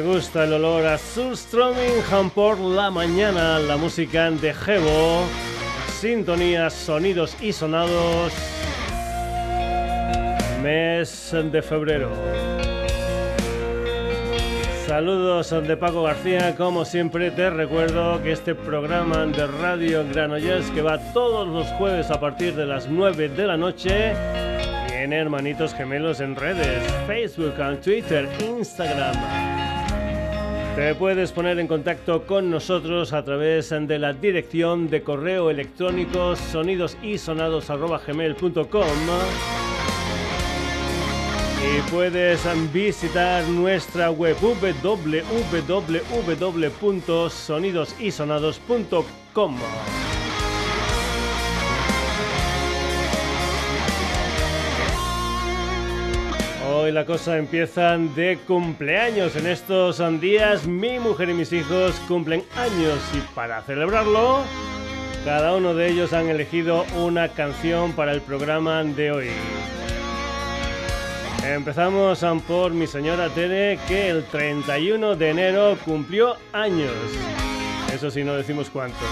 gusta el olor a Surströmming por la mañana, la música de Gebo, sintonías, sonidos y sonados, mes de febrero. Saludos de Paco García, como siempre te recuerdo que este programa de Radio Granollers, que va todos los jueves a partir de las 9 de la noche, tiene hermanitos gemelos en redes, Facebook, Twitter, Instagram. Te puedes poner en contacto con nosotros a través de la dirección de correo electrónico sonidosysonados@gmail.com y puedes visitar nuestra web www.sonidosysonados.com. Hoy la cosa empieza de cumpleaños. En estos días mi mujer y mis hijos cumplen años y para celebrarlo, cada uno de ellos han elegido una canción para el programa de hoy. Empezamos por mi señora Tere, que el 31 de enero cumplió años. Eso sí, no decimos cuántos.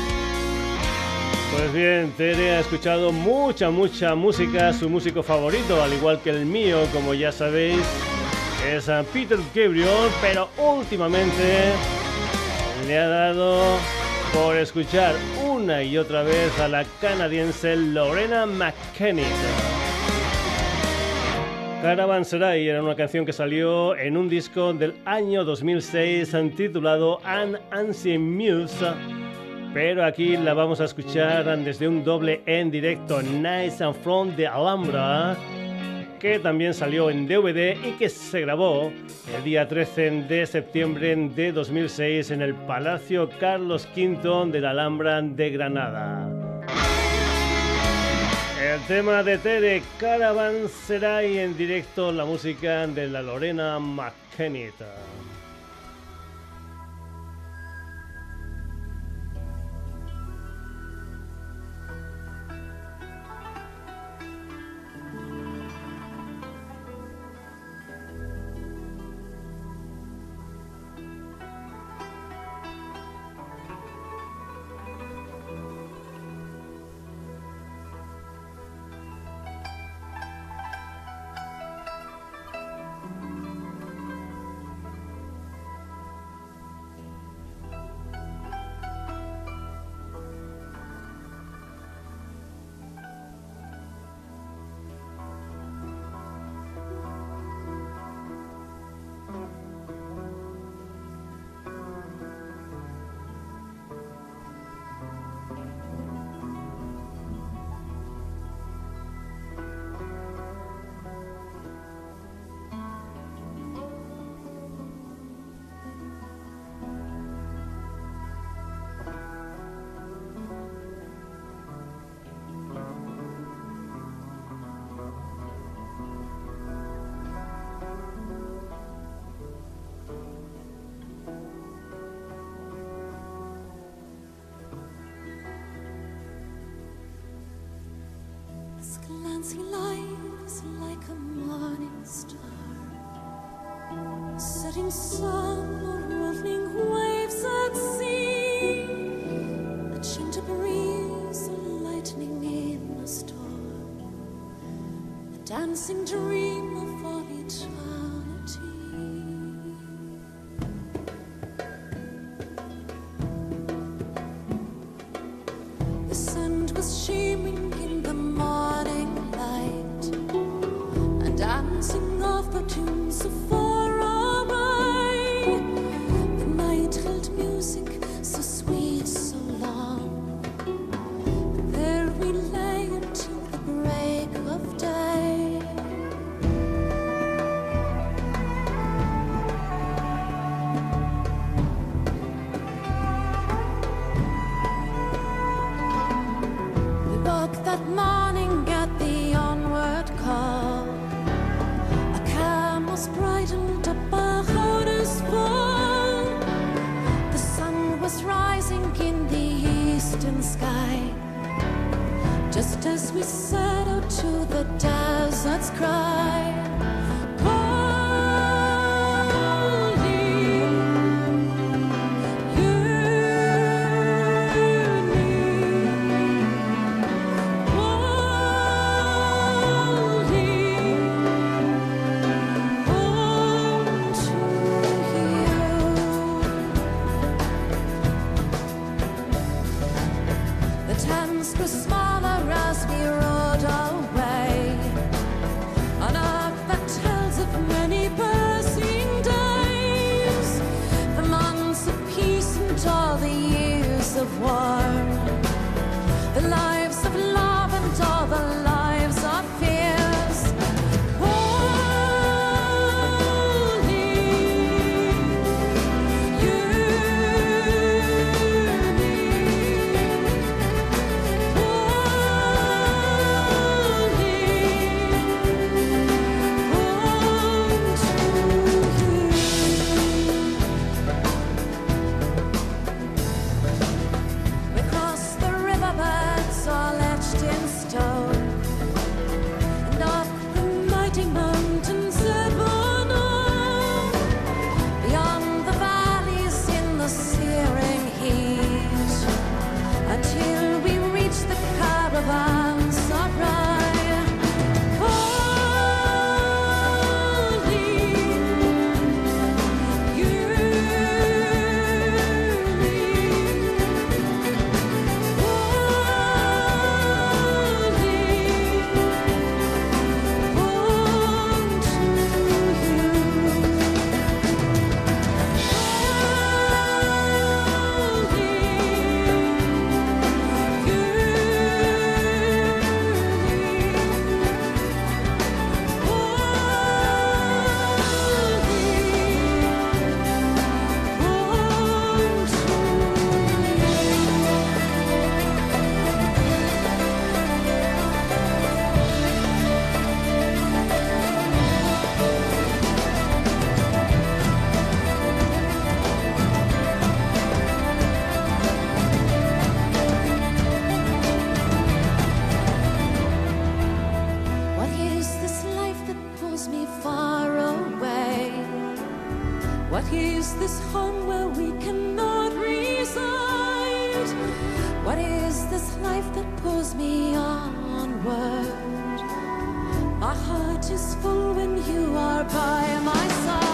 Pues bien, Tere ha escuchado mucha música. Su músico favorito, al igual que el mío, como ya sabéis, es a Peter Gabriel, pero últimamente le ha dado por escuchar una y otra vez a la canadiense Lorena McKennitt. Caravanserai era una canción que salió en un disco del año 2006 titulado An Ancient Muse, pero aquí la vamos a escuchar desde un doble en directo, Nights and From the Alhambra, que también salió en DVD y que se grabó el día 13 de septiembre de 2006 en el Palacio Carlos V de la Alhambra de Granada. El tema de Tere, Caravanserai en directo, la música de la Lorena McKennitt. Glancing light is like a morning star, setting sun or rolling waves at sea, a gentle breeze, a lightning in a storm, a dancing dream of all eternity. The sun was shimmering in the morning light, and dancing off the tunes so far away. The night held music so sweet, so long, and there we lay until the break of day. We woke that morning at the onward call. A camel's brightened up our hours fall. The sun was rising in the eastern sky, just as we set out to the desert's cry. Calling What is this home where we cannot reside? What is this life that pulls me onward? My heart is full when you are by my side.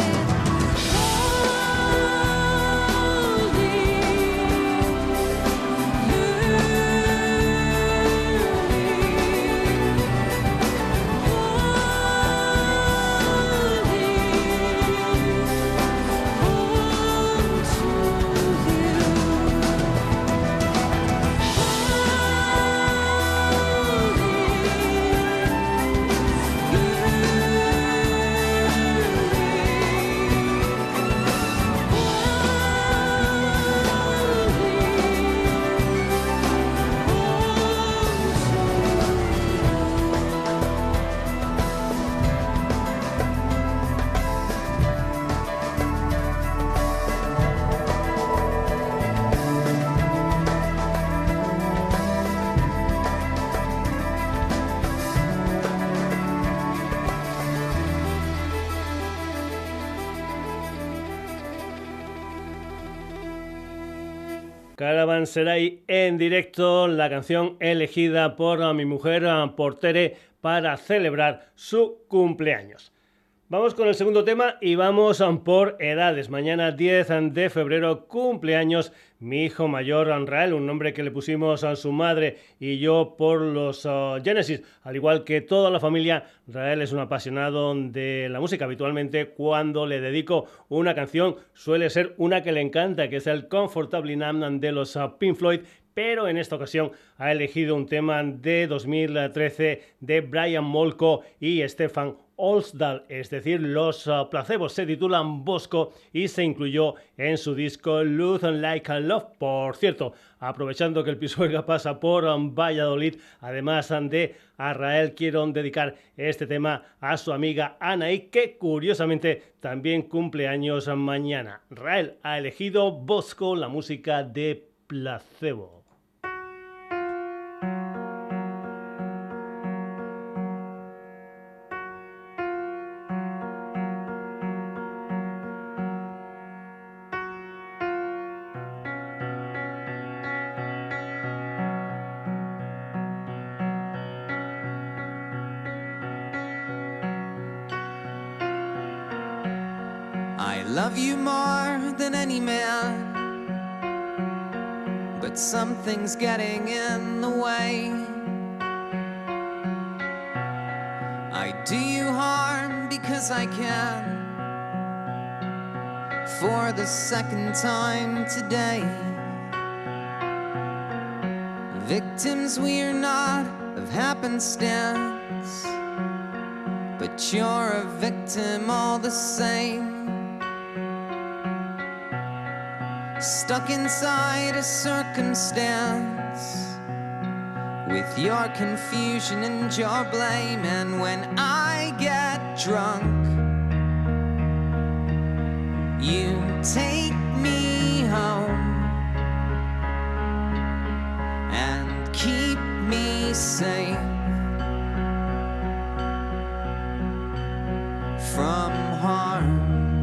Caravanserai en directo, la canción elegida por mi mujer, por Tere, para celebrar su cumpleaños. Vamos con el segundo tema y vamos por edades. Mañana 10 de febrero cumpleaños mi hijo mayor, Rael, un nombre que le pusimos a su madre y yo por los Genesis. Al igual que toda la familia, Rael es un apasionado de la música. Habitualmente cuando le dedico una canción suele ser una que le encanta, que es el Comfortably Numb de los Pink Floyd, pero en esta ocasión ha elegido un tema de 2013 de Brian Molko y Stefan Olsdal, es decir, los placebos. Se titulan Bosco y se incluyó en su disco Love Like a Love. Por cierto, aprovechando que el Pisuerga pasa por Valladolid, además de a Rael, quiero dedicar este tema a su amiga Anaí, que curiosamente también cumple años mañana. Rael ha elegido Bosco, la música de Placebo. Love you more than any man, but something's getting in the way. I do you harm because I can, for the second time today. Victims we're not of happenstance, but you're a victim all the same. Stuck inside a circumstance, with your confusion and your blame. And when I get drunk, you take me home and keep me safe from harm.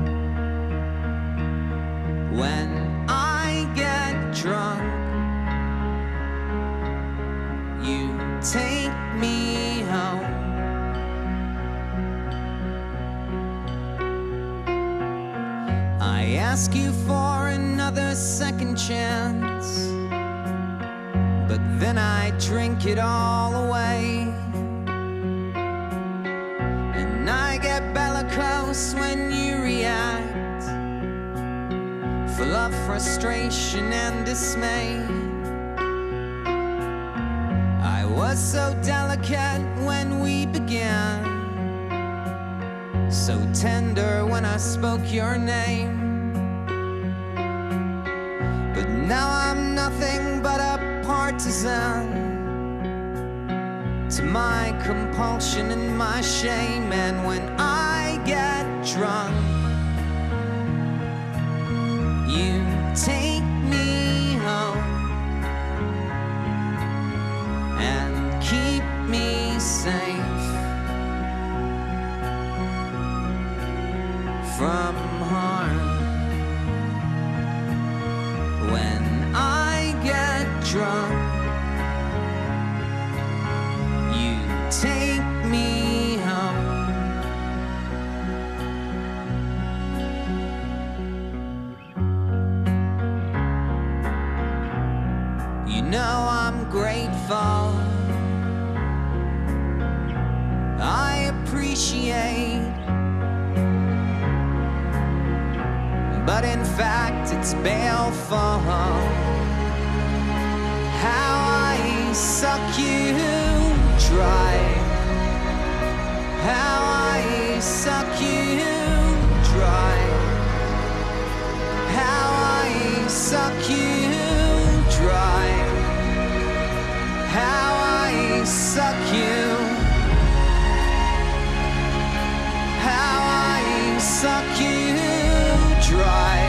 When drunk, you take me home. I ask you for another second chance, but then I drink it all away. And I get bellicose when you react, full of frustration and dismay. I was so delicate when we began, so tender when I spoke your name. But now I'm nothing but a partisan to my compulsion and my shame. And when I get drunk, you take me home and keep me safe from harm. take me home. You know I'm grateful, I appreciate, but in fact it's baleful how I suck you dry, how I suck you dry, how I suck you dry, how I suck you, how I suck you dry,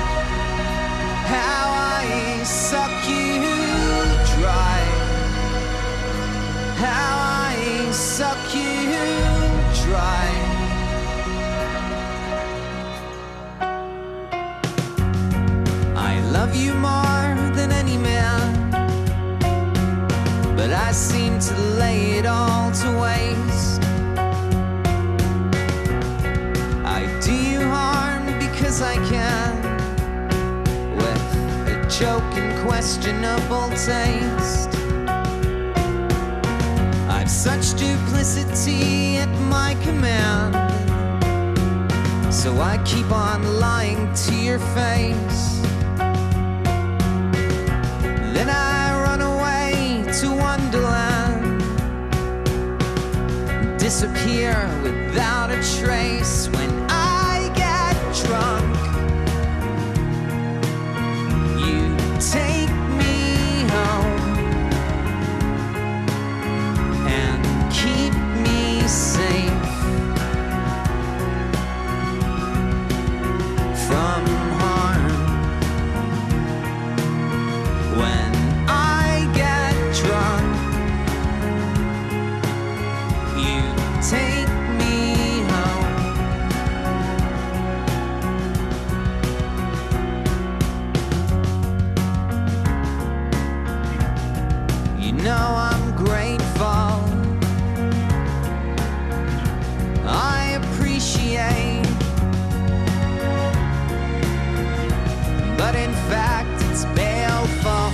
how I suck you dry, how I suck you dry. I love you more than any man, but I seem to lay it all to waste. I do you harm because I can, with a joke and questionable taste. I've such duplicity at my command, so I keep on lying to your face. Then I run away to Wonderland, disappear without a trace. When I get drunk, you take me home and keep me safe from harm. When I get drunk, you take me home. You know I'm grateful, I appreciate, but in fact it's baleful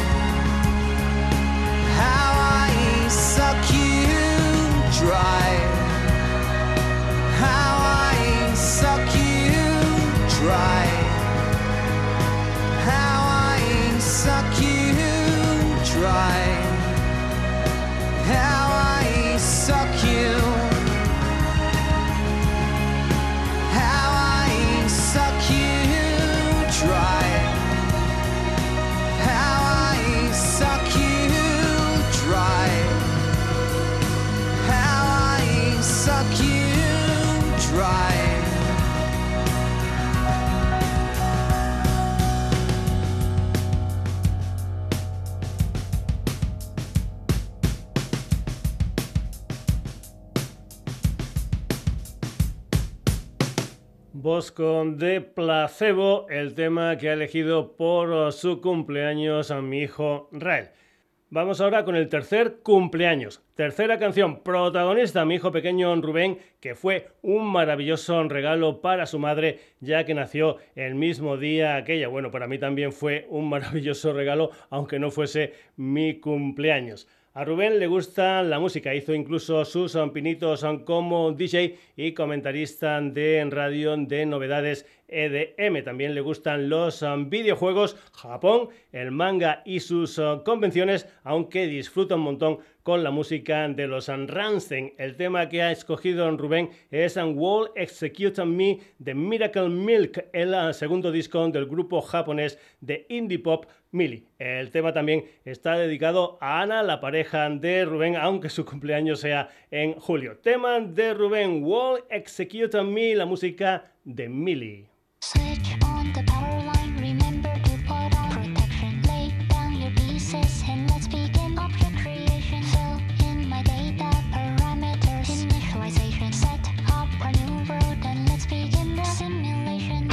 how I suck you dry, how I suck you dry, how I suck you dry, how I suck you, how I suck you dry, how I suck you dry, how I suck you dry. Bosco de Placebo, el tema que ha elegido por su cumpleaños a mi hijo Rael. Vamos ahora con el tercer cumpleaños. Tercera canción, protagonista mi hijo pequeño Rubén, que fue un maravilloso regalo para su madre, ya que nació el mismo día aquella. Bueno, para mí también fue un maravilloso regalo, aunque no fuese mi cumpleaños. A Rubén le gusta la música, hizo incluso sus pinitos como DJ y comentarista de radio de novedades EDM. También le gustan los videojuegos, Japón, el manga y sus convenciones, aunque disfruta un montón con la música de los Rammstein. El tema que ha escogido Rubén es Wall Execute Me de Miracle Milk, el segundo disco del grupo japonés de indie pop Mili. El tema también está dedicado a Ana, la pareja de Rubén, aunque su cumpleaños sea en julio. Tema de Rubén, Wall Execute Me, la música de Mili. Switch on the power line, remember to put on protection. Lay down your pieces and let's begin object creation. Fill in my data parameters, initialization. Set up a new world and let's begin the simulation.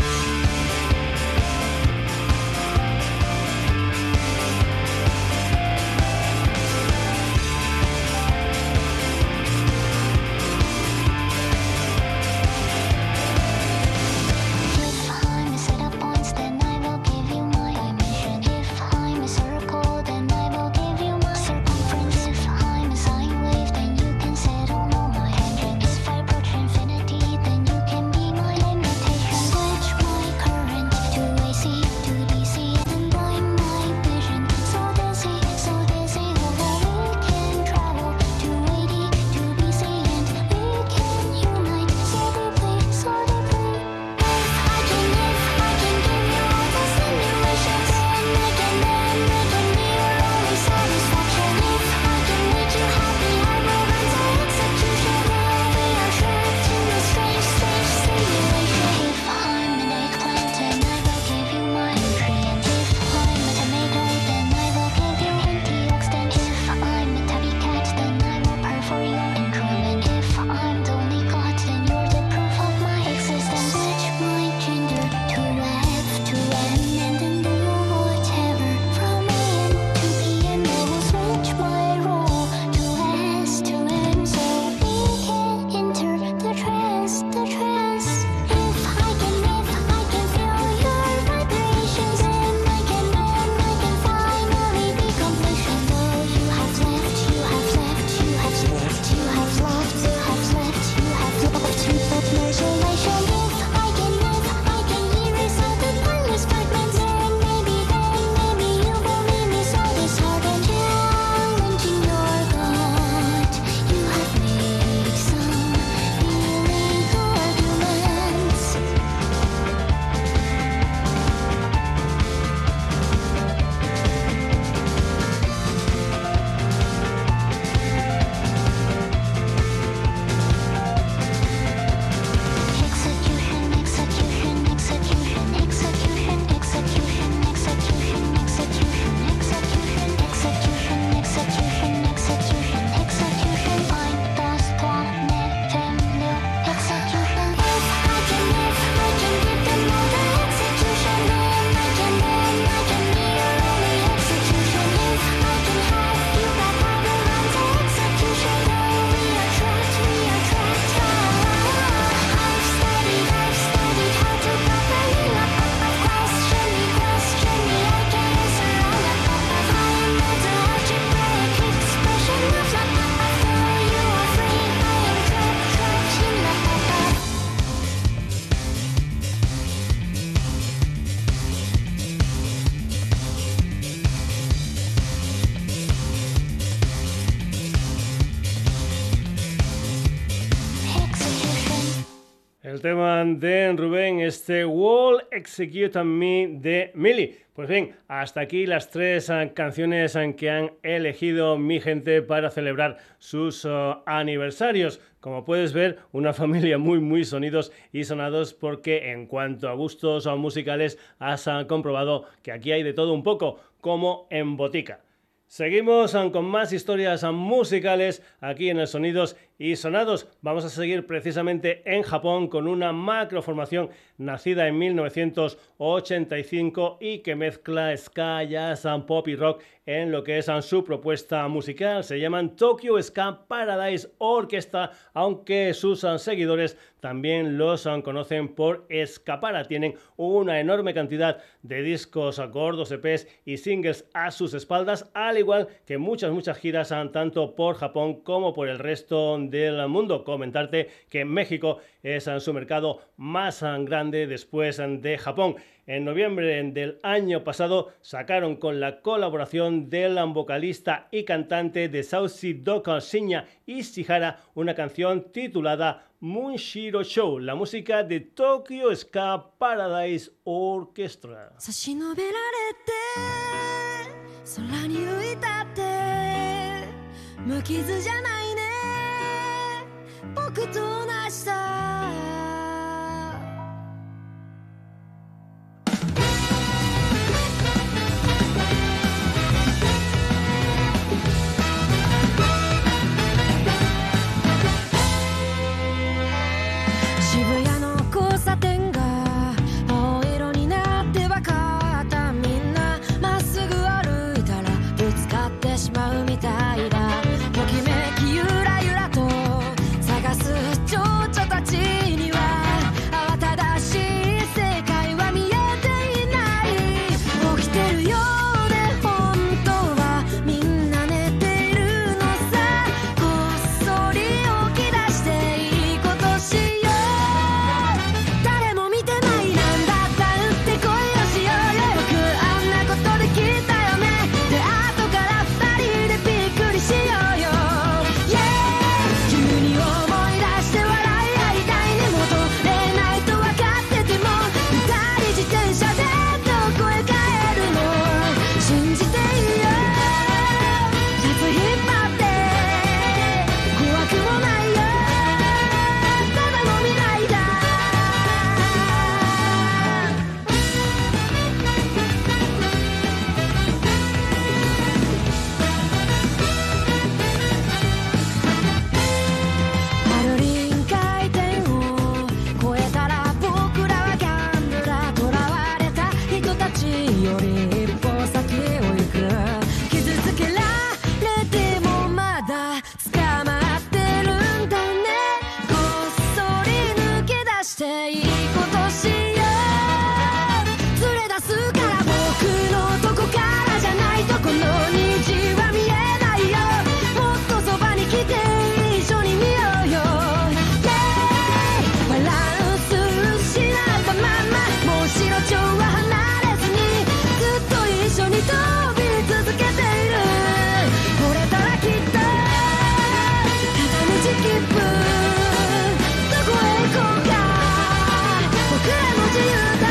el tema de Rubén, este Wall Execute Me de Milli. Pues bien, hasta aquí las 3 canciones que han elegido mi gente para celebrar sus aniversarios. Como puedes ver, una familia muy sonidos y sonados, porque en cuanto a gustos musicales has comprobado que aquí hay de todo un poco, como en botica. Seguimos con más historias musicales aquí en el Sonidos y Sonados. Vamos a seguir precisamente en Japón con una macroformación nacida en 1985 y que mezcla ska, jazz, pop y rock en lo que es su propuesta musical. Se llaman Tokyo Ska Paradise Orchestra, aunque sus seguidores también los conocen por Escapara. Tienen una enorme cantidad de discos gordos, EPs y singles a sus espaldas, al igual que muchas giras tanto por Japón como por el resto del mundo. Comentarte que México es su mercado más grande después de Japón. En noviembre del año pasado sacaron, con la colaboración del vocalista y cantante de Saucy Doka Shinya Ishihara, una canción titulada Munshiro Show, la música de Tokyo Ska Paradise Orchestra. 差し伸べられて空に浮いたって無傷じゃないね僕と同じさ渋谷の交差点が青色になってわかった。みんなまっすぐ歩いたらぶつかってしまうみたいだ。ときめきゆらゆらと探す蝶々たちには慌ただしい世界は見えていない。起きてるようで本当はみんな寝ているのさ。こっそり起き出していいことしよう。誰も見てないなんだったら打ってこいよしようよ。よくあんなことできたよね。で後から二人でびっくりしようよ。急に思い出して笑い合いたいね。戻れないと分かってても二人自転車でどこへ帰るの信じていいよ。シャツ引っ張って怖くもないよ。ただの未来だ。ハロリン回転を越えたら僕らはギャンブラー。囚われた人たちより一歩先を行く。傷つけられてもまだ捕まってるんだね。こっそり抜け出していいことしよう。連れ出すから僕のとこからじゃないとこの虹は見えないよ。もっとそばに来て一緒に見ようよ。バランス失ったままもう白蝶は離れずにずっと一緒に飛び続けている。惚れたらきっと片道切符どこへ行こうか僕らも自由だ。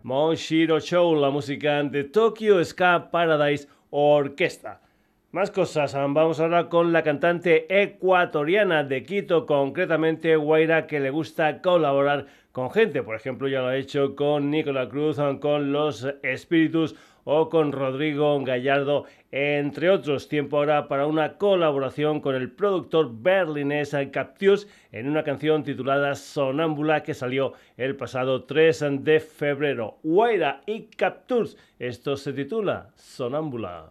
Monshiro Show, la música de Tokyo Ska Paradise Orquesta. Más cosas, vamos ahora con la cantante ecuatoriana de Quito, concretamente Guaira, que le gusta colaborar con gente. Por ejemplo, ya lo ha hecho con Nicola Cruz, con Los Espíritus o con Rodrigo Gallardo, entre otros. Tiempo ahora para una colaboración con el productor berlinés Captius en una canción titulada Sonámbula, que salió el pasado 3 de febrero. Guaira y Captius, esto se titula Sonámbula.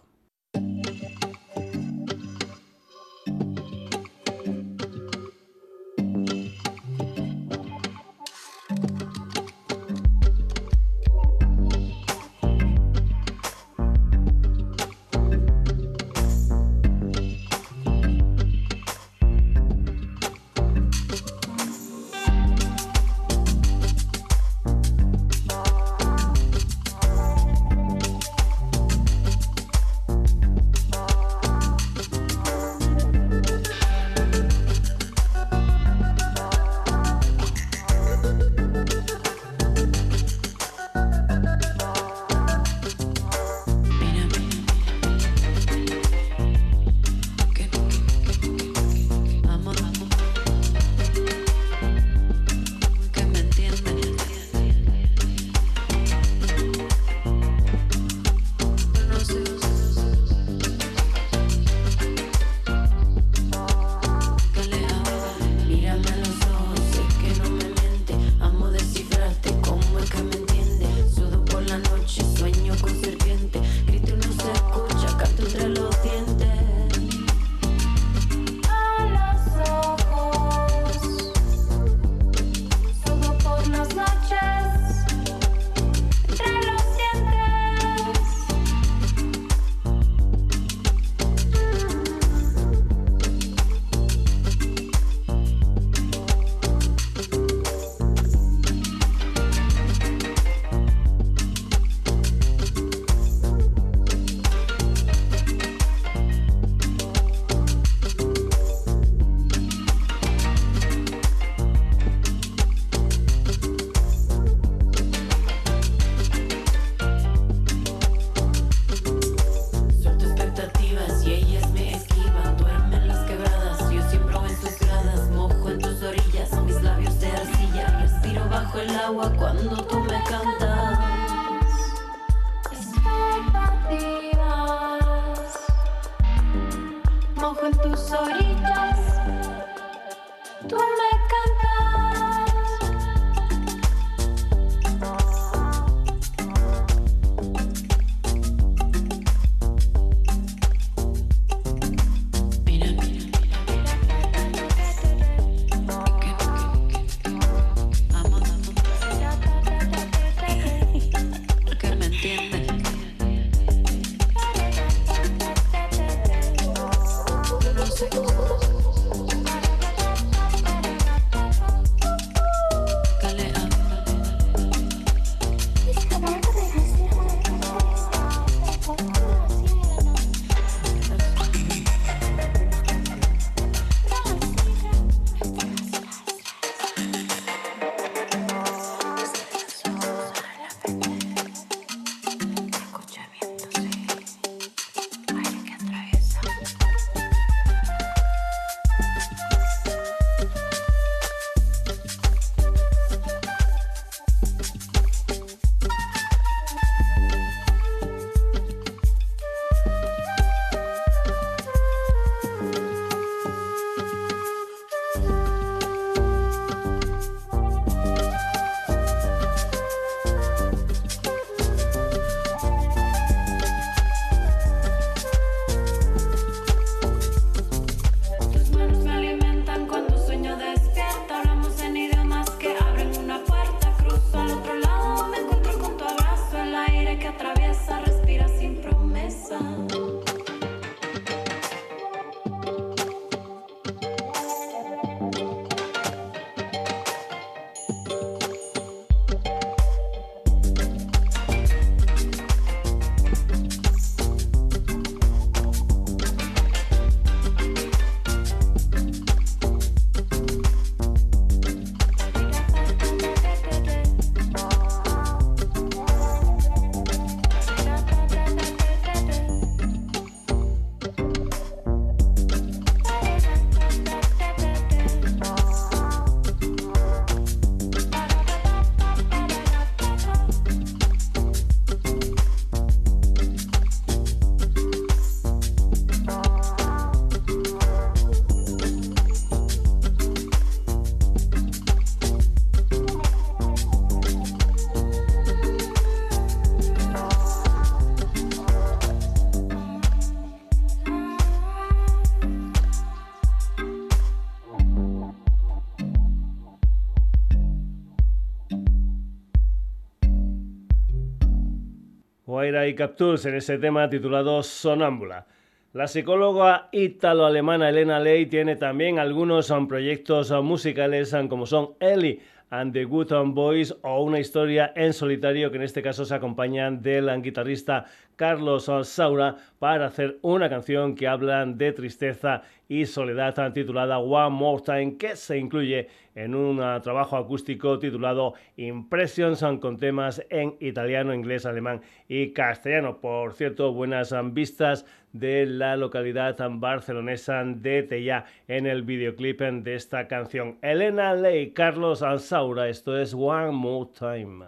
Guaira y Captures en ese tema titulado Sonámbula. La psicóloga ítalo-alemana Elena Ley tiene también algunos proyectos musicales como son Ellie and the Good Boys o una historia en solitario que en este caso se acompañan del guitarrista Carlos Saura para hacer una canción que habla de tristeza y soledad titulada One More Time, que se incluye en un trabajo acústico titulado Impressions con temas en italiano, inglés, alemán y castellano. Por cierto, buenas vistas de la localidad barcelonesa de Tellà en el videoclip de esta canción. Elena Ley, Carlos Saura, esto es One More Time.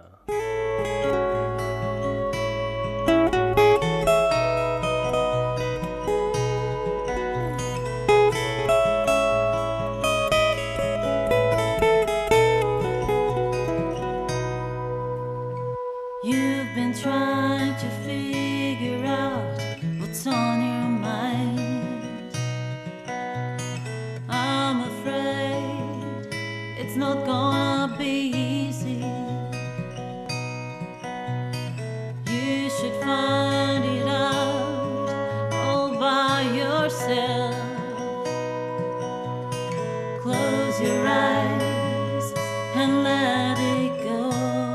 You've been trying to figure out what's on your mind. I'm afraid it's not gonna be easy. You should find it out all by yourself. Close your eyes and let it go.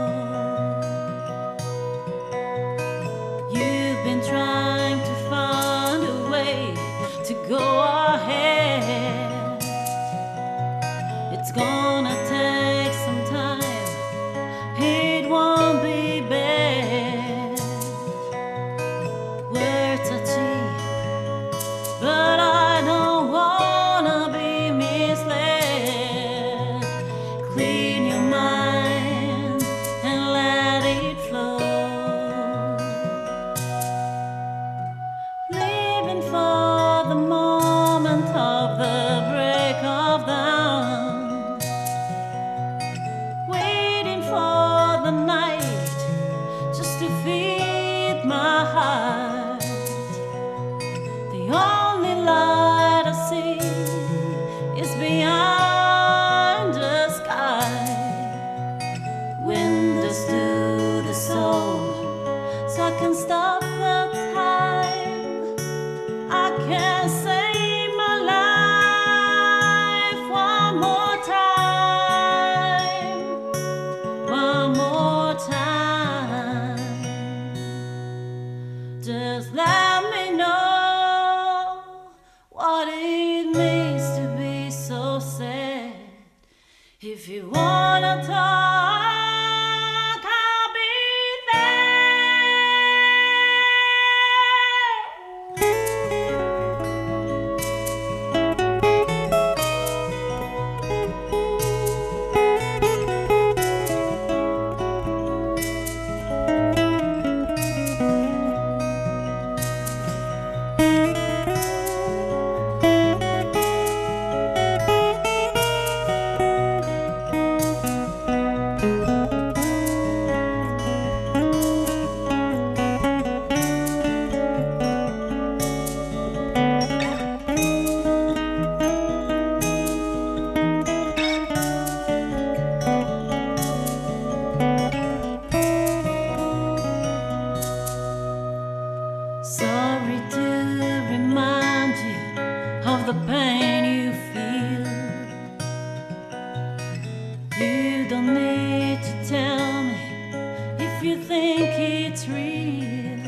You've been trying to find a way to go ahead. It's gonna take some time. It won't be bad. Words are cheap, but I don't wanna be misled. Clean your mind and let it flow. Living for the moment of the break of dawn. Waiting for the night just to feed my heart. The only light I see is beyond the sky. Windows to the soul, so I can stop the time. I can save my life one more time, one more time. Just let me know what it means to be so sad. If you wanna talk, I'll be sorry to remind you of the pain you feel. You don't need to tell me if you think it's real.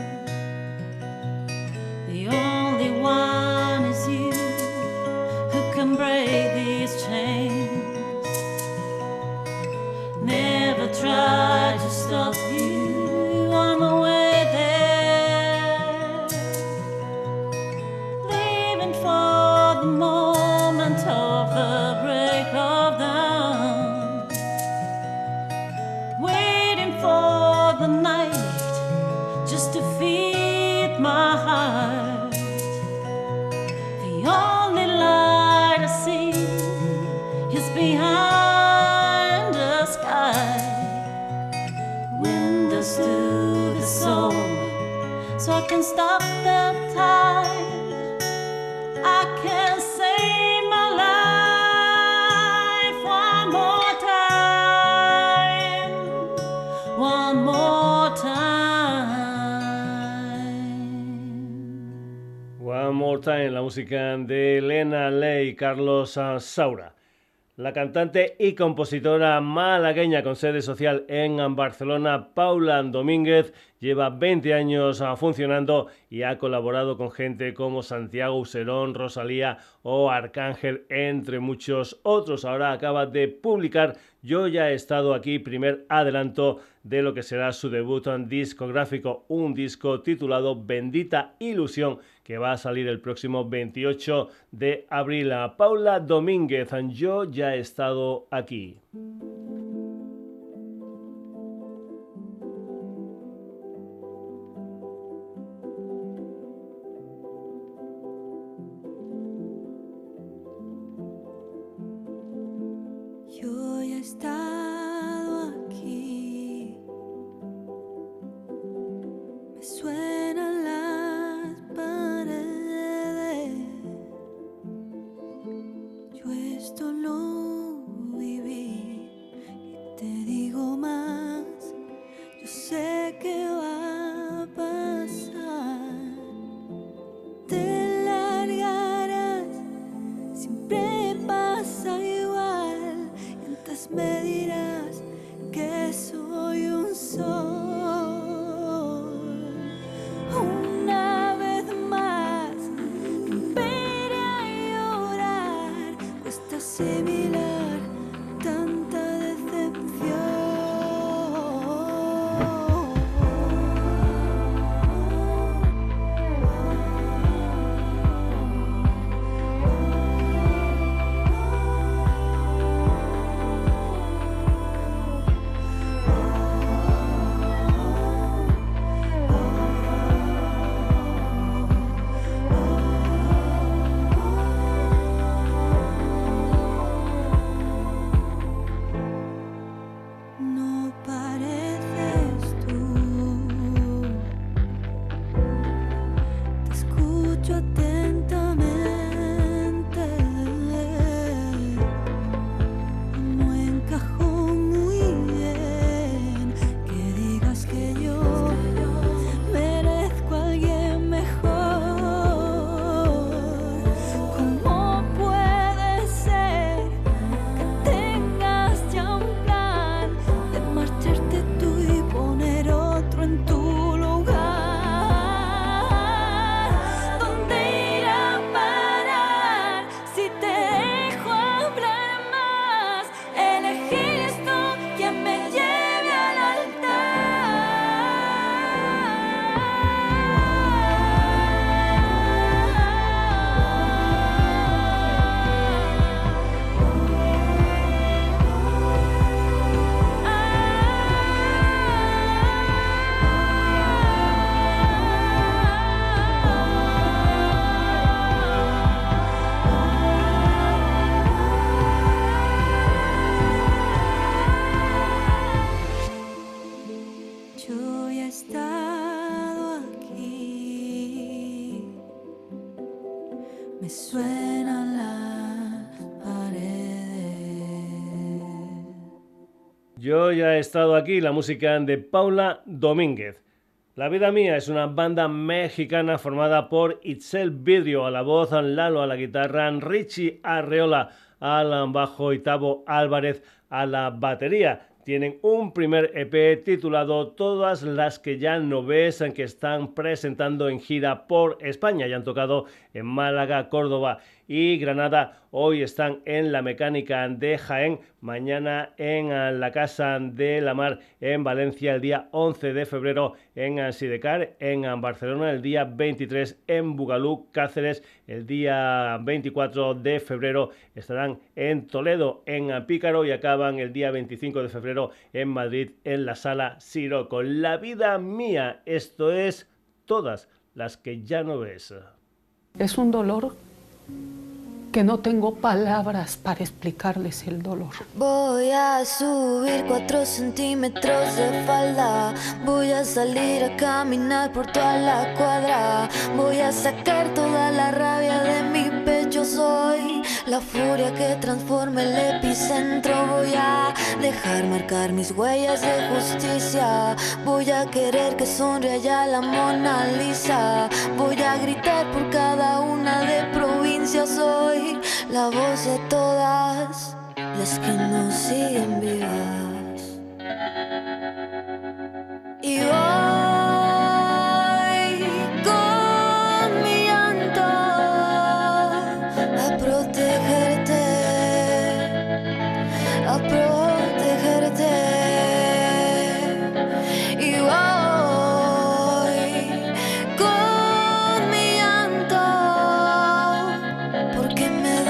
The only one is you who can break these chains. Never try to stop you on the way there. Living for the moment of the break of dawn. Waiting for the night just to feed my heart. The only light I see is behind the sky. Windows to the soul, so I can stop the time. I can save my life one more time, one more time. More Time, la música de Elena Ley y Carlos Saura. La cantante y compositora malagueña con sede social en Barcelona, Paula Domínguez, lleva 20 años funcionando y ha colaborado con gente como Santiago Userón, Rosalía o Arcángel, entre muchos otros. Ahora acaba de publicar Yo ya he estado aquí, primer adelanto de lo que será su debut discográfico, un disco titulado Bendita Ilusión, que va a salir el próximo 28 de abril. A Paula Domínguez, Yo ya he estado aquí. Yo ya he estado aquí, me suenan las paredes, yo esto lo viví y te digo más, yo sé que va a pasar, te largarás, siempre pasa igual, y antes me dirás que soy un sol. Una vez más, volveré a llorar, cuesta asimilar tanta No pareces tú, te escucho atentamente, no encajo muy bien que digas que yo merezco a alguien mejor. ¿Cómo puede ser que tengas ya un plan de marcharte tú y poner otro en tu lugar? ¿Dónde ir a parar si te dejo hablar más? Elegir esto que me lleve al Yo ya he estado aquí, me suenan las paredes. Yo ya he estado aquí, la música de Paula Domínguez. La Vida Mía es una banda mexicana formada por Itzel Vidrio a la voz, Lalo a la guitarra, Richie Arreola al bajo y Tavo Álvarez a la batería. Tienen un primer EP titulado Todas las que ya no ves, que están presentando en gira por España. Ya han tocado en Málaga, Córdoba y Granada. Hoy están en La Mecánica de Jaén, mañana en la Casa de la Mar en Valencia, el día 11 de febrero en Sidecar, en Barcelona el día 23 en Bugalú, Cáceres, el día 24 de febrero estarán en Toledo, en Pícaro, y acaban el día 25 de febrero en Madrid, en la Sala Siroco. La Vida Mía, esto es Todas las que ya no ves. Es un dolor que no tengo palabras para explicarles el dolor. Voy a subir 4 centímetros de falda. Voy a salir a caminar por toda la cuadra. Voy a sacar toda la rabia de mi pecho. Soy la furia que transforma el epicentro. Voy a dejar marcar mis huellas de justicia. Voy a querer que sonría ya la Mona Lisa. Voy a gritar por cada una de provincia. Soy la voz de todas las que nos siguen vivas. Y voy con mi llanto a protegerte, a protegerte. Y voy con mi llanto porque me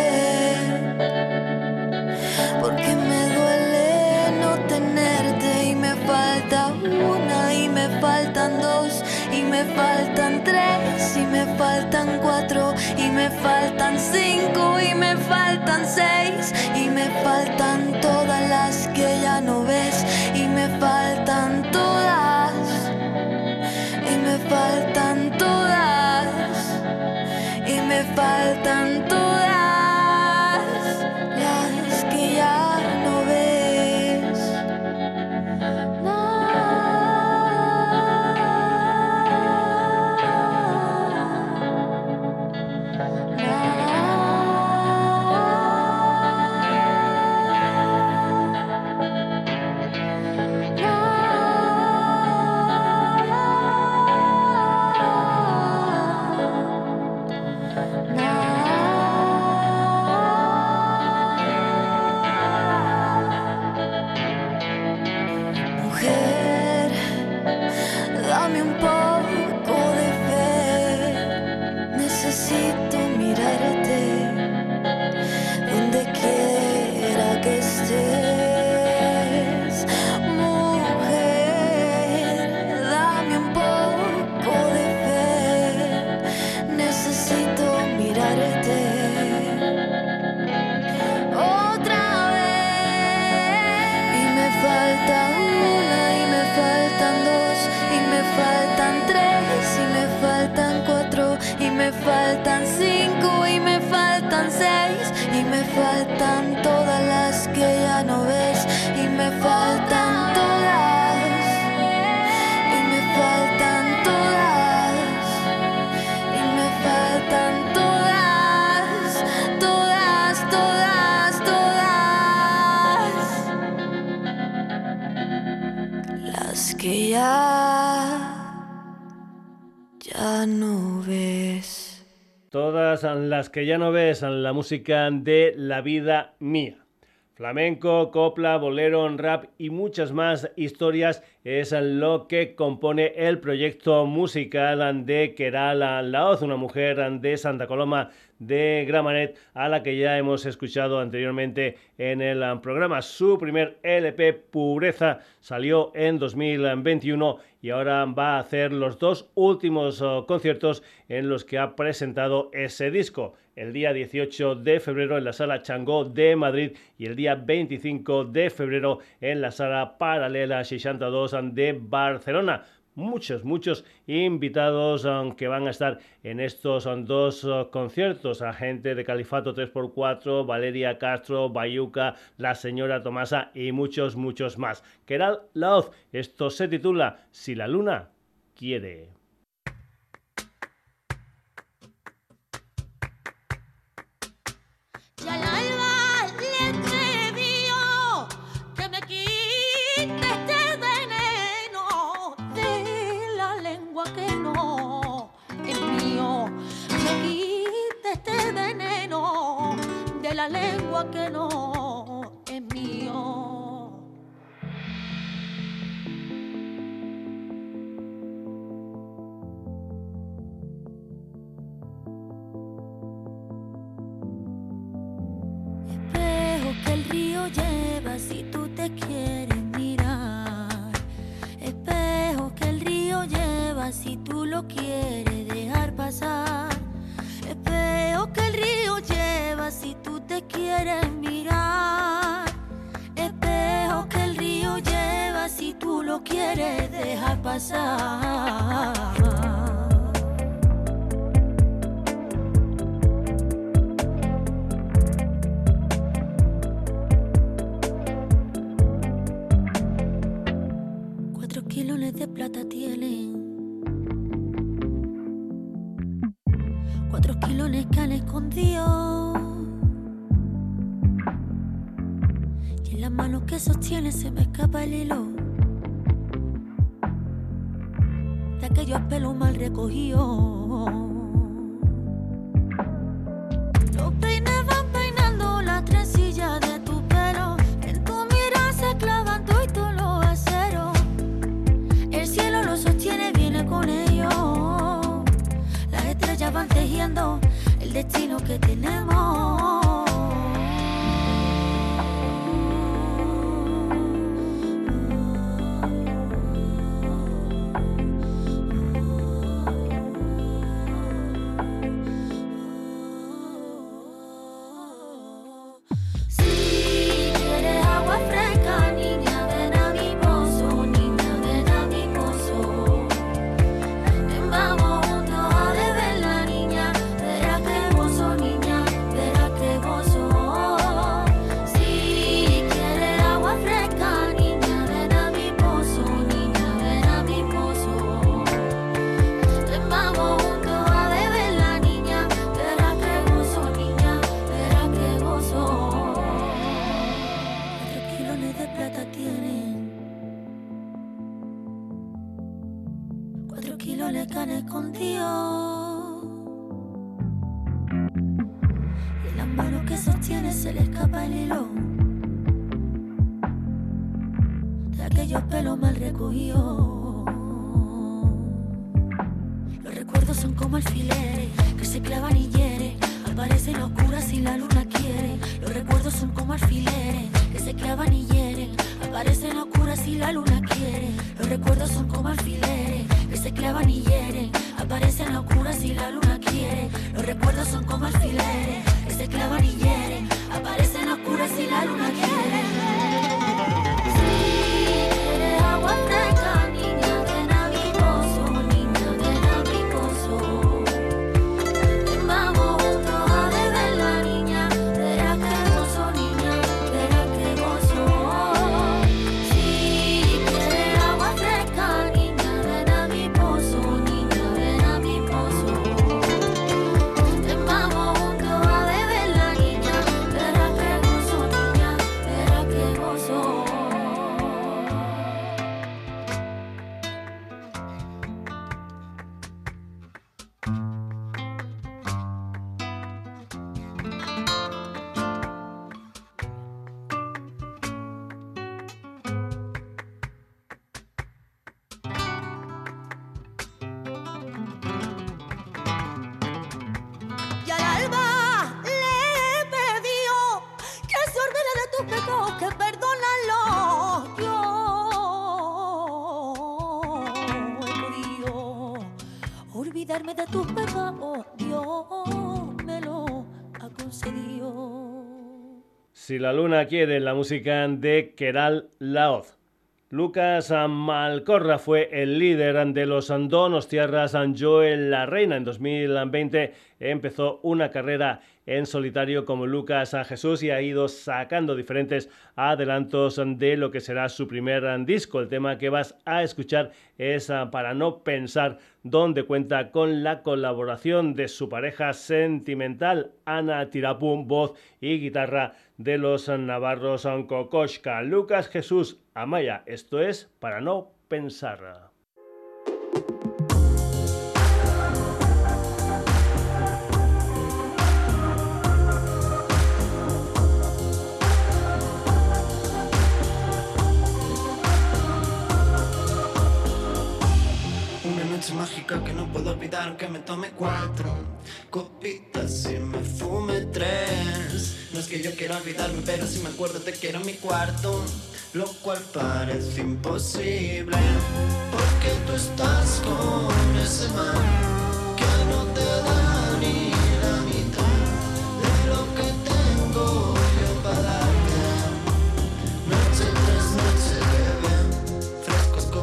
duele no tenerte. Y me falta una, y me faltan dos, y me faltan tres, y me faltan cuatro, y me faltan cinco, y me faltan seis, y me faltan todas las que ya no ves, y me faltan todas, y me faltan todas, y me faltan todas las que ya no ves. Mujer, dame un poco de fe. Necesito mirarte donde quiera que estés. Mujer, dame un poco de fe. Necesito mirarte otra vez. Y me falta una, y me faltan dos, y me faltan tres, y me faltan cuatro, y me faltan cinco, y me faltan seis, y me faltan todas las que ya no ves, y me faltan todas, y me faltan todas, y me faltan todas, todas, todas, todas las que ya no ves. Todas las que ya no ves, la música de La Vida Mía. Flamenco, copla, bolero, rap y muchas más historias es lo que compone el proyecto musical de Queralt Laoz, una mujer de Santa Coloma de Gramenet, a la que ya hemos escuchado anteriormente en el programa. Su primer LP, Pureza, salió en 2021 y ahora va a hacer los dos últimos conciertos en los que ha presentado ese disco. El día 18 de febrero en la Sala Changó de Madrid y el día 25 de febrero en la Sala Paralela 62 de Barcelona. Muchos invitados que van a estar en estos dos conciertos. A gente de Califato 3x4, Valeria Castro, Bayuca, La Señora Tomasa y muchos más. Queralt Laoz, esto se titula Si la luna quiere. Ya el alba le pidió que me quite este veneno de la lengua que no es mío. Me quite este veneno de la lengua que no es mío. Que el río lleva si tú te quieres mirar. Espejo que el río lleva si tú lo quieres dejar pasar. Espejo que el río lleva lo quiere dejar pasar. 4 kilos de plata tienen, 4 kilos que han escondido, y en las manos que sostiene se me escapa el hilo de aquellos pelos mal recogidos. Los peines van peinando la trencilla de tu pelo, en tu mirada se clavan todos los aceros. El cielo lo sostiene, viene con ellos. Las estrellas van tejiendo el destino que tenemos. De tus pecados, Dios me lo ha concedido. Si la luna quiere, la música de Queralt Laoz. Lucas Malcorra fue el líder de los Donostiarras Joel La Reina. En 2020 empezó una carrera en solitario como Lucas Jesús y ha ido sacando diferentes adelantos de lo que será su primer disco. El tema que vas a escuchar es Para no pensar, donde cuenta con la colaboración de su pareja sentimental Ana Tirapum, voz y guitarra de los navarros Kokoschka. Lucas Jesús Amaya, esto es Para no pensar. Mágica que no puedo olvidar, aunque me tome 4 copitas y me fume 3. No es que yo quiera olvidarme, pero si me acuerdo te quiero en mi cuarto, lo cual parece imposible, porque tú estás con ese man que no te da ni la mitad de lo que tengo yo para darte. Noche tras noche bebé, frescos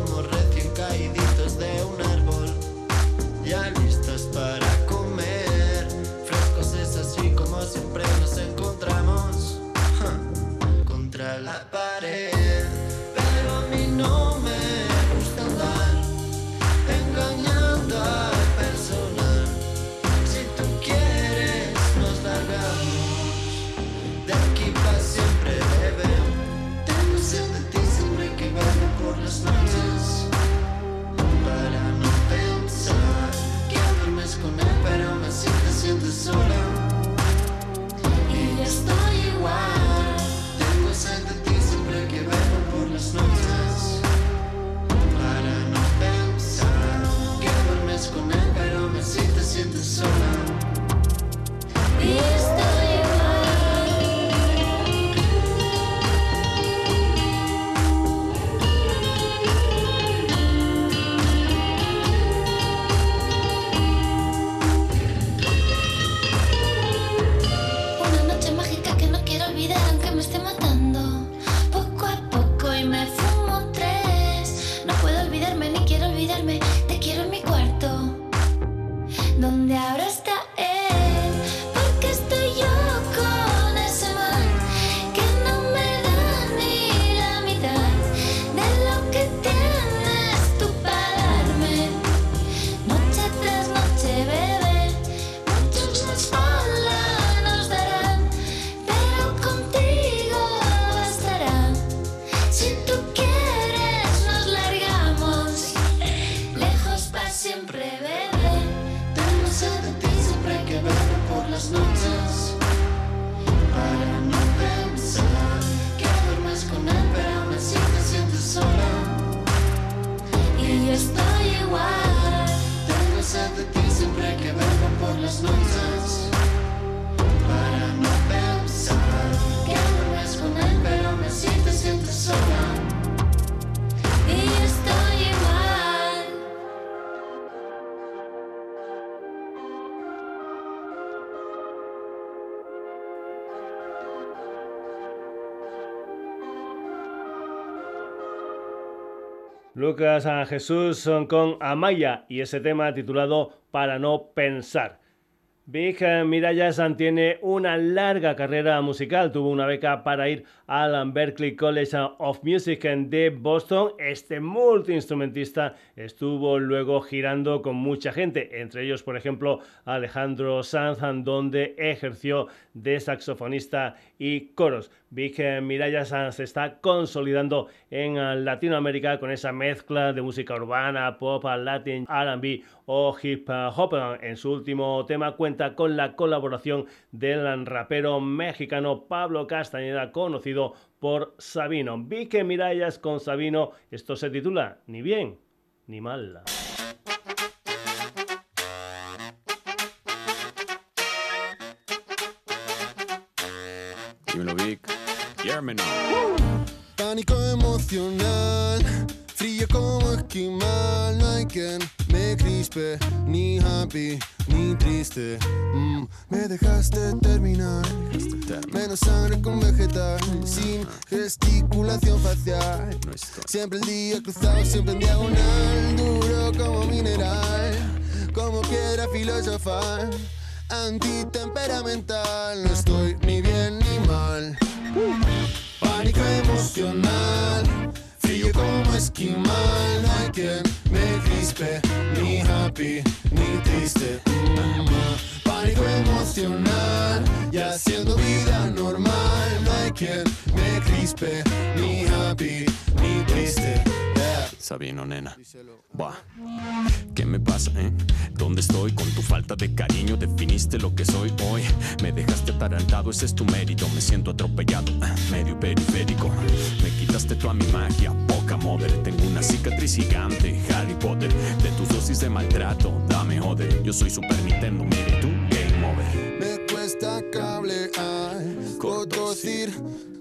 Lucas a Jesús con Amaya y ese tema titulado Para no pensar. Big Mirallas tiene una larga carrera musical. Tuvo una beca para ir al Berklee College of Music de Boston. Este multiinstrumentista estuvo luego girando con mucha gente, entre ellos, por ejemplo, Alejandro Sanz, donde ejerció de saxofonista y coros. Big Mirallas se está consolidando en Latinoamérica con esa mezcla de música urbana, pop, latin, R&B o hip hop. En su último tema cuenta con la colaboración del rapero mexicano Pablo Castañeda, conocido por Sabino. Big Mirallas con Sabino, esto se titula Ni bien ni mal. Dímelo, Vic. Hermano. Pánico emocional, frío como esquimal. No hay quien me crispe, ni happy, ni triste. Me dejaste terminar, menos sangre con vegetal, sin gesticulación facial. Siempre el día cruzado, siempre en diagonal, duro como mineral, como piedra filosofal, antitemperamental. No estoy ni bien ni mal. Pánico emocional, frío como esquimal. No hay quien me crispe, ni happy, ni triste. Pánico emocional, y haciendo vida normal. No hay quien me crispe, ni happy, ni triste. Sabino, nena. Buah. ¿Qué me pasa, ¿Dónde estoy? Con tu falta de cariño definiste lo que soy hoy. Me dejaste atarantado, ese es tu mérito. Me siento atropellado, medio periférico. Me quitaste toda mi magia, poca model. Tengo una cicatriz gigante, Harry Potter. De tus dosis de maltrato, dame joder. Yo soy Super Nintendo, mire tú, Game Over. Me cuesta cablear, conducir.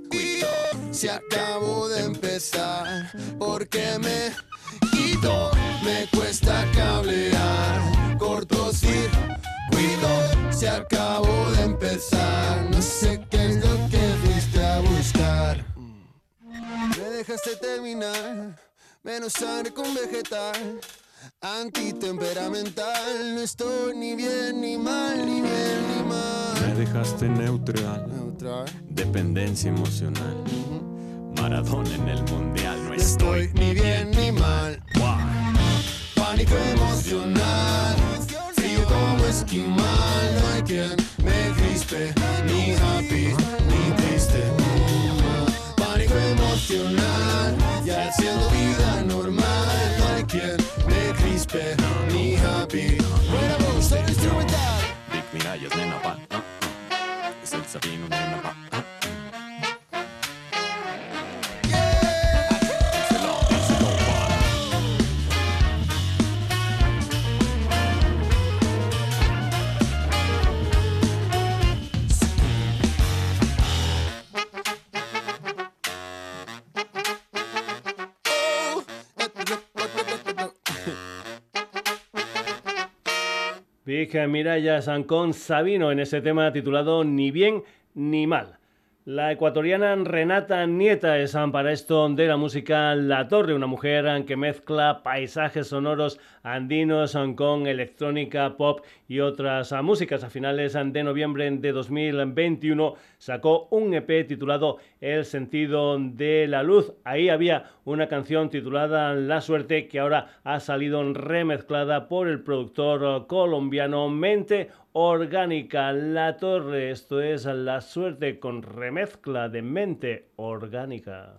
Si acabo de empezar, porque me quito, me cuesta cablear, cortocircuito. Si acabo de empezar, no sé qué es lo que fuiste a buscar. Me dejaste terminar, menos sangre con vegetal, antitemperamental. No estoy ni bien ni mal, ni bien ni mal. Me dejaste neutral, dependencia emocional. Maradona en el mundial, no estoy ni bien ni mal. Pánico emocional, frío como esquimal. No hay quien me crispe, ni happy, ni triste. Pánico emocional, y haciendo vida normal. No hay quien me crispe, ni happy. Buena voz, solo instrumental. Big Mirallas, nena, pa. Es el Sabino, nena, pa. Big Mirallas con Sabino en ese tema titulado Ni bien ni mal. La ecuatoriana Renata Nieta es para esto de la música La Torre, una mujer que mezcla paisajes sonoros andinos con electrónica, pop y otras músicas. A finales de noviembre de 2021 sacó un EP titulado El sentido de la luz. Ahí había una canción titulada La suerte, que ahora ha salido remezclada por el productor colombiano Mente Orgánica. La Torre, esto es La suerte con remezcla de Mente Orgánica.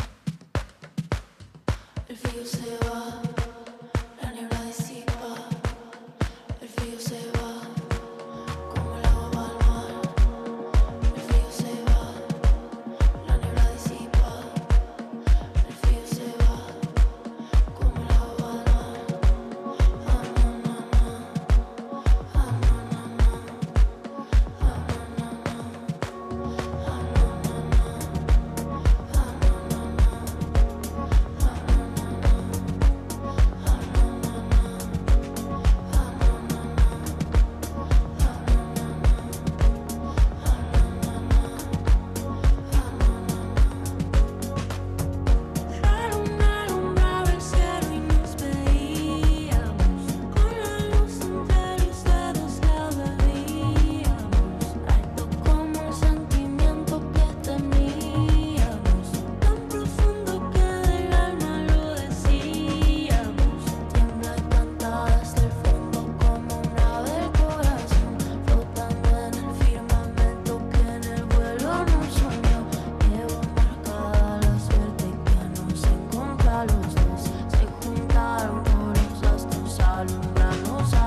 El frío se va, la niebla disipa. El frío se va, como el agua va al mar. El frío se va, la niebla disipa. El frío se va, como el agua va al mar. Ah, na, na, na. Ah, na, na, na. Ah, na, na, na. Ah, na, na, na. Ah, na, na, na.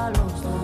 contra los dos.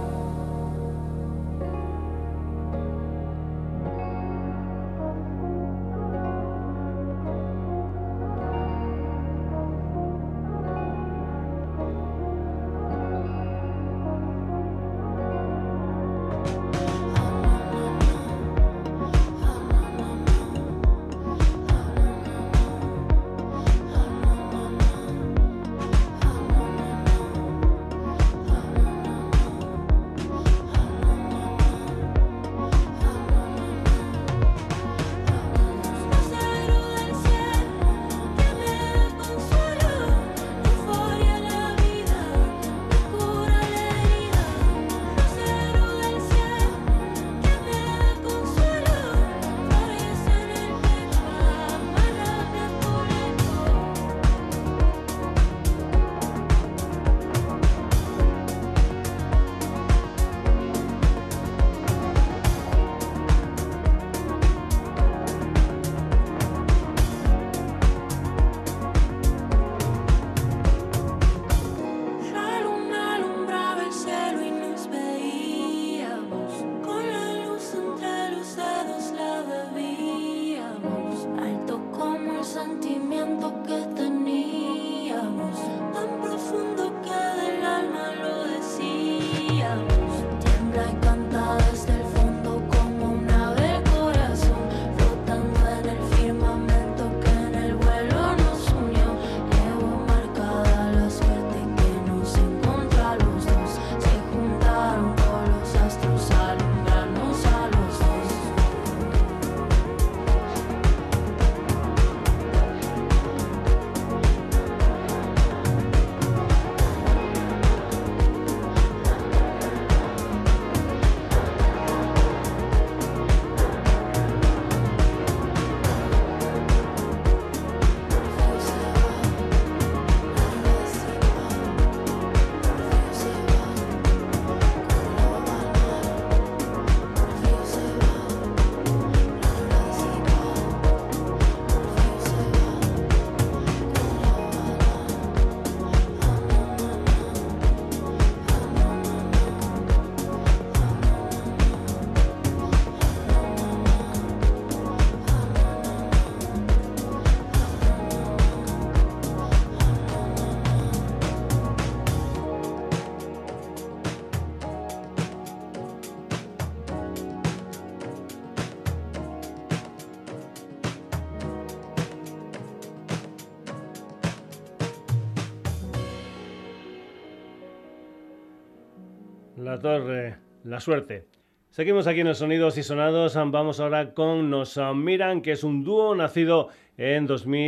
La Torre, La Suerte. Seguimos aquí en los Sonidos y Sonados. Vamos ahora con Nos Miran, que es un dúo nacido en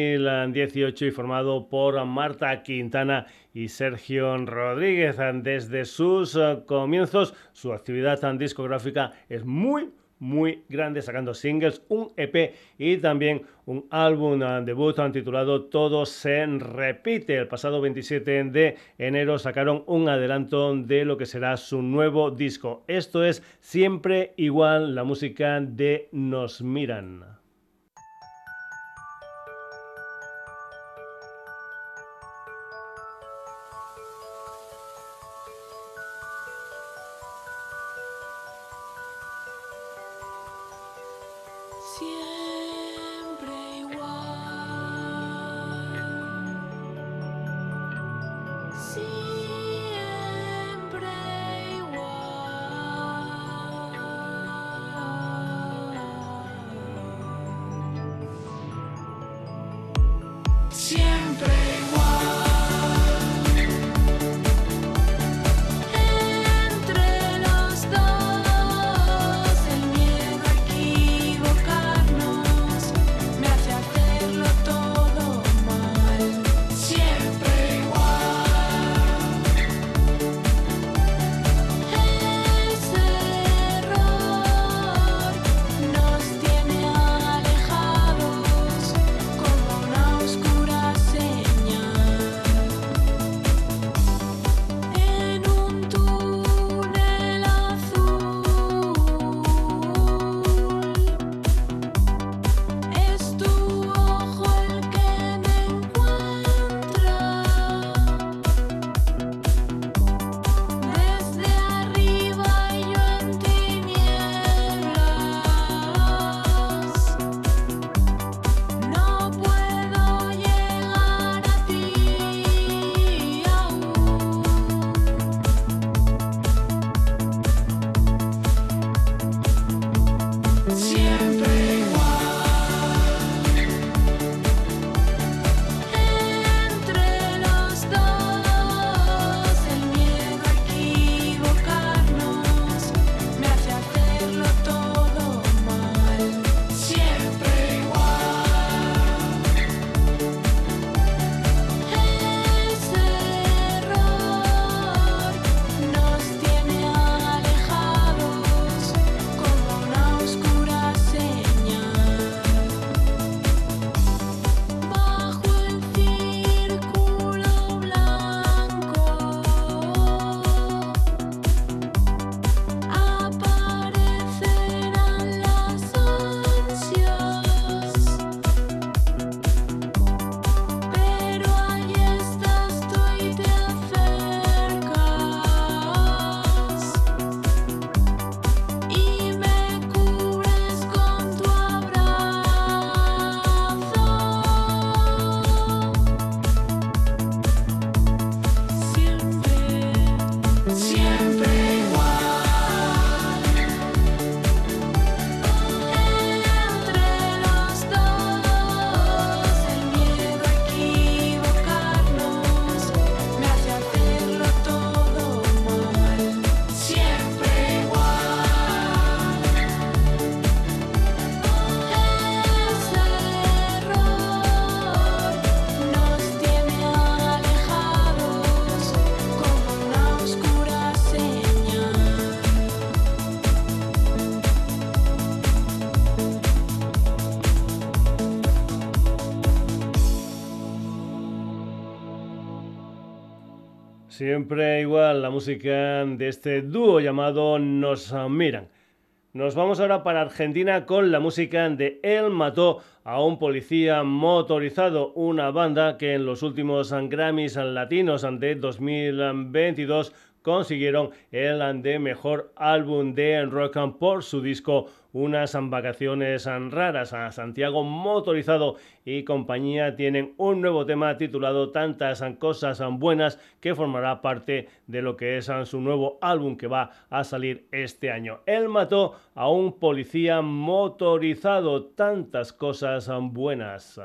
2018 y formado por Marta Quintana y Sergio Rodríguez. Desde sus comienzos, su actividad discográfica es muy grande, sacando singles, un EP y también un álbum debut titulado Todo se repite. El pasado 27 de enero sacaron un adelanto de lo que será su nuevo disco. Esto es Siempre Igual, la música de Nos Miran. Siempre igual, siempre igual, siempre igual. Entre los dos, el miedo a equivocarnos. Siempre igual la música de este dúo llamado Nos Miran. Nos vamos ahora para Argentina con la música de Él mató a un policía motorizado, una banda que en los últimos Grammys latinos de 2022 consiguieron el de mejor álbum de rock por su disco Unas vacaciones raras. A Santiago Motorizado y compañía tienen un nuevo tema titulado Tantas cosas buenas, que formará parte de lo que es su nuevo álbum que va a salir este año. Él mató a un policía motorizado, tantas cosas buenas.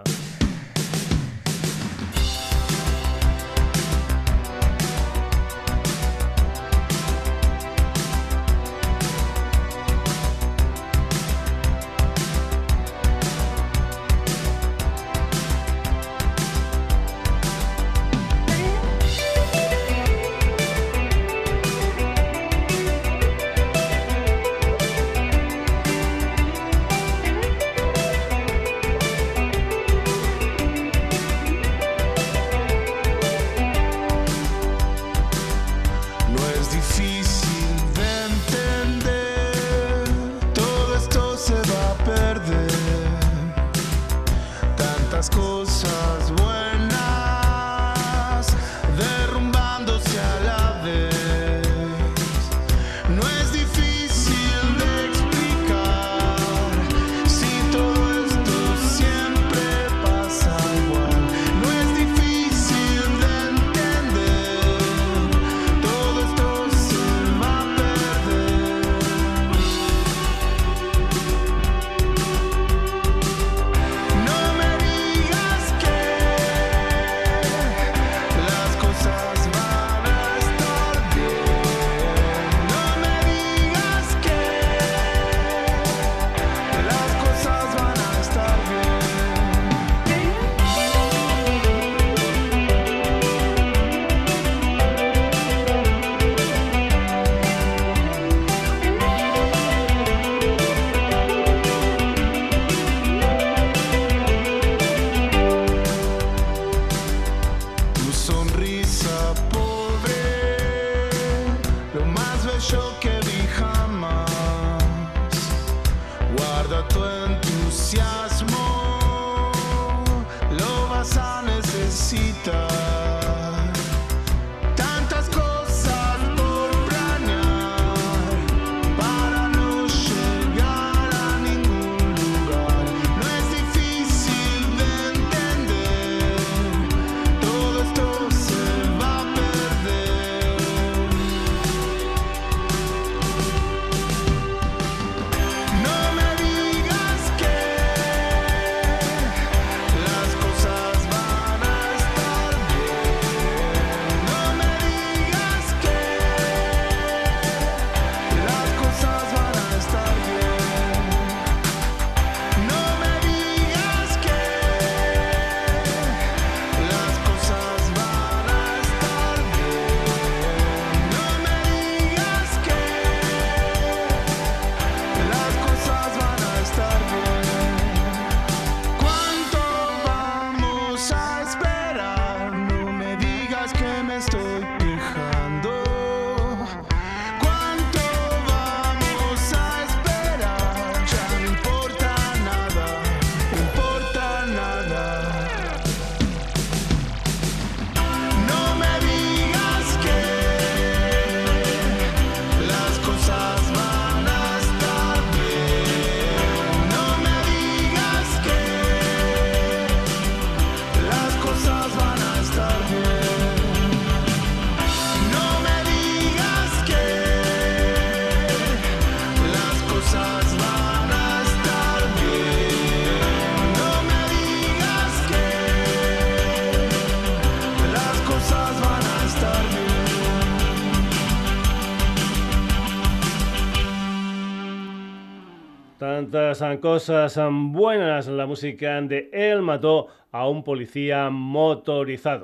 Tantas cosas buenas, la música de Él mató a un policía motorizado.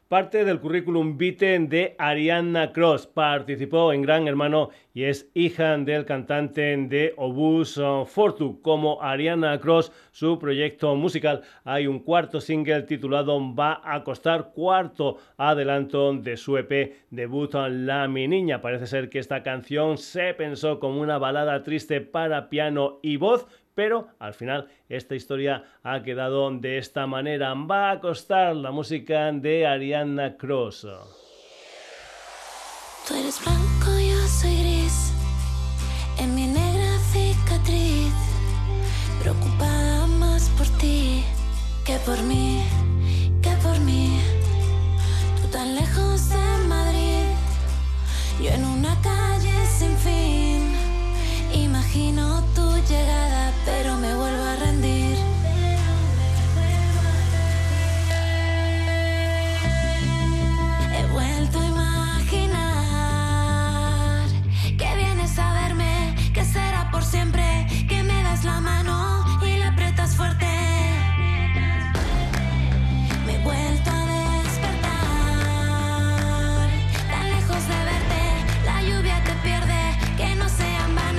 parte del currículum vitae de Ariana Cross. Participó en Gran Hermano y es hija del cantante de Obús Fortu. Como Ariana Cross, su proyecto musical, hay un cuarto single titulado Va a costar, cuarto adelanto de su EP debut La Mi Niña. Parece ser que esta canción se pensó como una balada triste para piano y voz, pero al final esta historia ha quedado de esta manera. Va a costar, la música de Ariana Cross. Tú eres blanco, yo soy gris, en mi negra cicatriz, preocupada más por ti que por mí, que por mí. Tú tan lejos de Madrid, yo en una calle sin fin. Imagino tu llegada, pero me vuelvo a rendir. He vuelto a imaginar que vienes a verme, que será por siempre, que me das la mano y la aprietas fuerte. Me he vuelto a despertar, tan lejos de verte, la lluvia te pierde, que no sea en vano.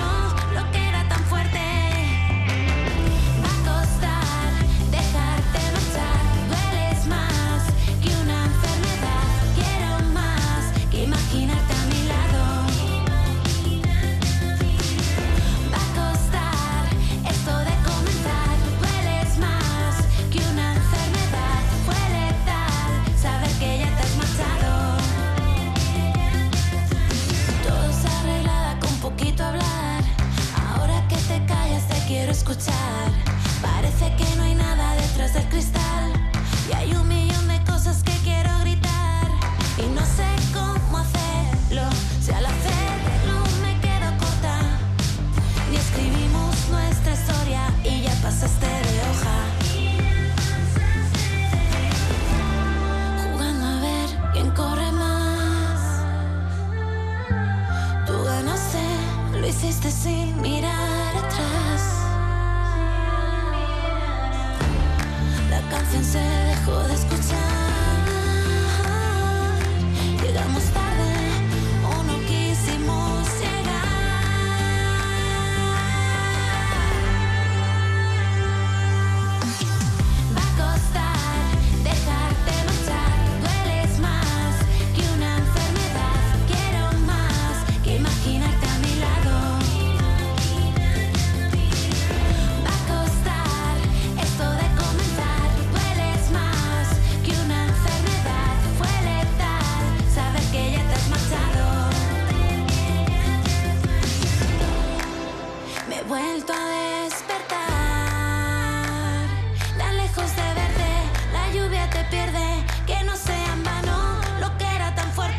Quiero escuchar, parece que no hay nada detrás del cristal y hay un millón de cosas que quiero gritar y no sé cómo hacerlo, si al hacerlo me quedo corta, ni escribimos nuestra historia y ya pasaste de hoja, jugando a ver quién corre más. Tú ganaste, lo hiciste sin mirar atrás. La canción se dejó de escuchar. Llegamos tarde o no quisimos llegar. Va a costar dejarte marchar. Dueles más que una enfermedad. Quiero más que imaginarte a mi lado. Va a costar esto de comenzar. Dueles más que una enfermedad. Fue letal saber que ya te has marchado. Me he vuelto a despertar, tan lejos de verte, la lluvia te pierde, que no sea en vano lo que era tan fuerte.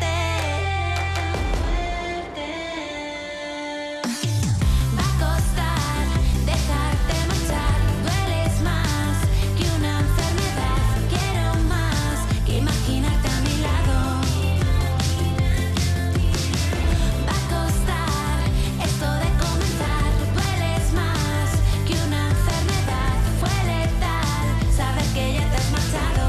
Va a costar dejarte marchar. Dueles más que una enfermedad. Quiero más que imaginarte a mi lado. Va a costar esto de comenzar. Dueles más que una enfermedad. Fue letal saber que ya te has marchado.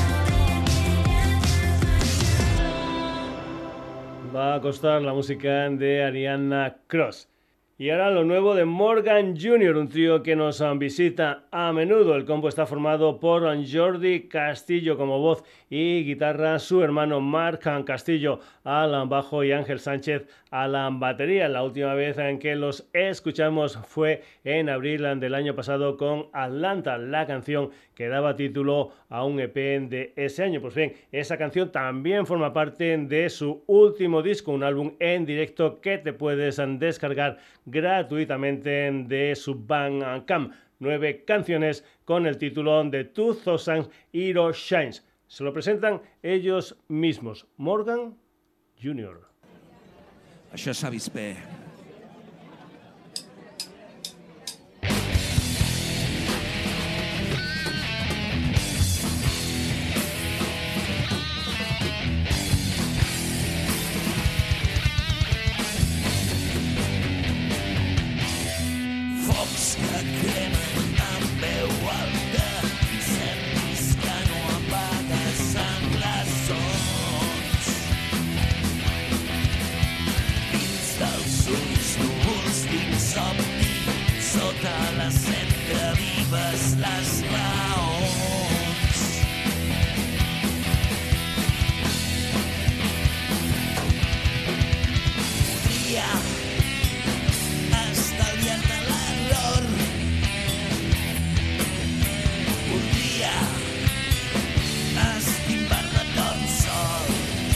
Va a costar, la música de Ariana Cross. Y ahora lo nuevo de Morgan Jr., un trío que nos visita a menudo. El combo está formado por Jordi Castillo como voz y guitarra, su hermano Marc Castillo al bajo y Ángel Sánchez a la batería. La última vez en que los escuchamos fue en abril del año pasado con Atlanta, la canción que daba título a un EP de ese año. Pues bien, esa canción también forma parte de su último disco, un álbum en directo que te puedes descargar gratuitamente de su Bandcamp. 9 canciones con el título de 2000 Hero Shines. Se lo presentan ellos mismos, Morgan Jr. Això s'ha vist bé. Focs que cremen amb veu alta, incendis que no apaguen amb la son. les sempre vives les raons. Podria estalviar-te l'error. Podria estimbar-me tot sol.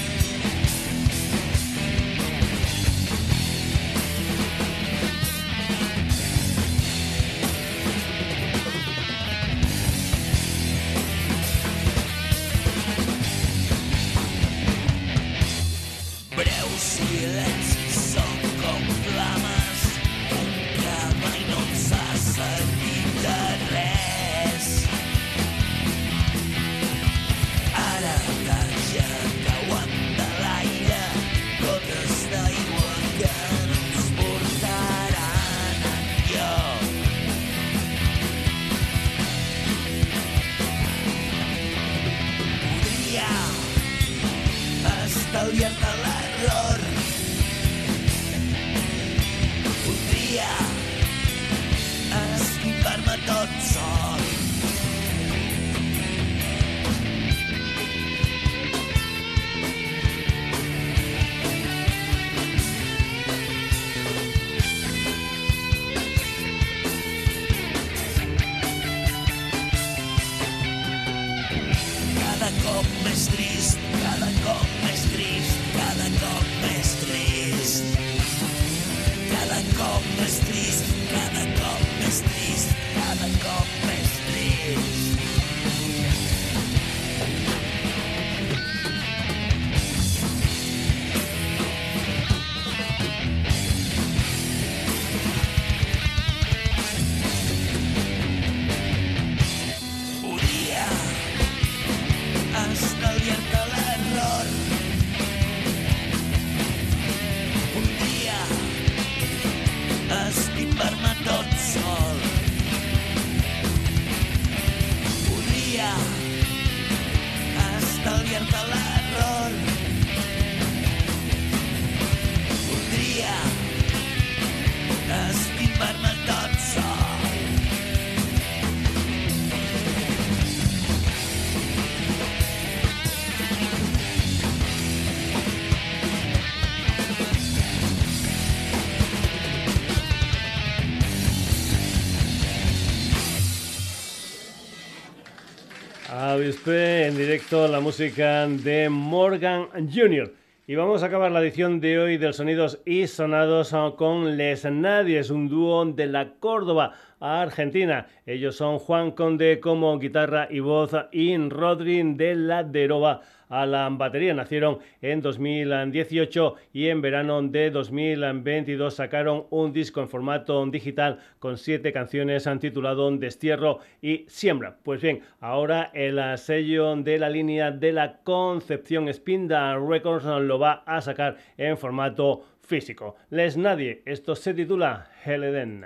Breus silencis són com flames, un que mai no ens ha servit de res. Ara talla que aguanta l'aire, gotes d'aigua que no ens portaran enlloc. Podria estalviar-te l'error. Podria esquivar-me tot sol. Cada cop més trist, cada cop més trist, cada cop més trist. Cada cop més trist, cada cop més trist, cada cop més trist. Podria estalviar-te l'error. Podria estimbar-me tot sol. Podria estalviar-te l'error. Podria estimbar-me tot sol. Avispe en directo la música de Morgan Jr. Y vamos a acabar la edición de hoy del Sonidos y Sonados con Les Nadies, un dúo de la Córdoba, Argentina. Ellos son Juan Conde como guitarra y voz y Rodri de la Deroba a la batería. Nacieron en 2018 y en verano de 2022 sacaron un disco en formato digital con 7 canciones titulado Destierro y Siembra. Pues bien, ahora el sello de la línea de la Concepción Spinda Records lo va a sacar en formato físico. Les Nadie, esto se titula Heleden.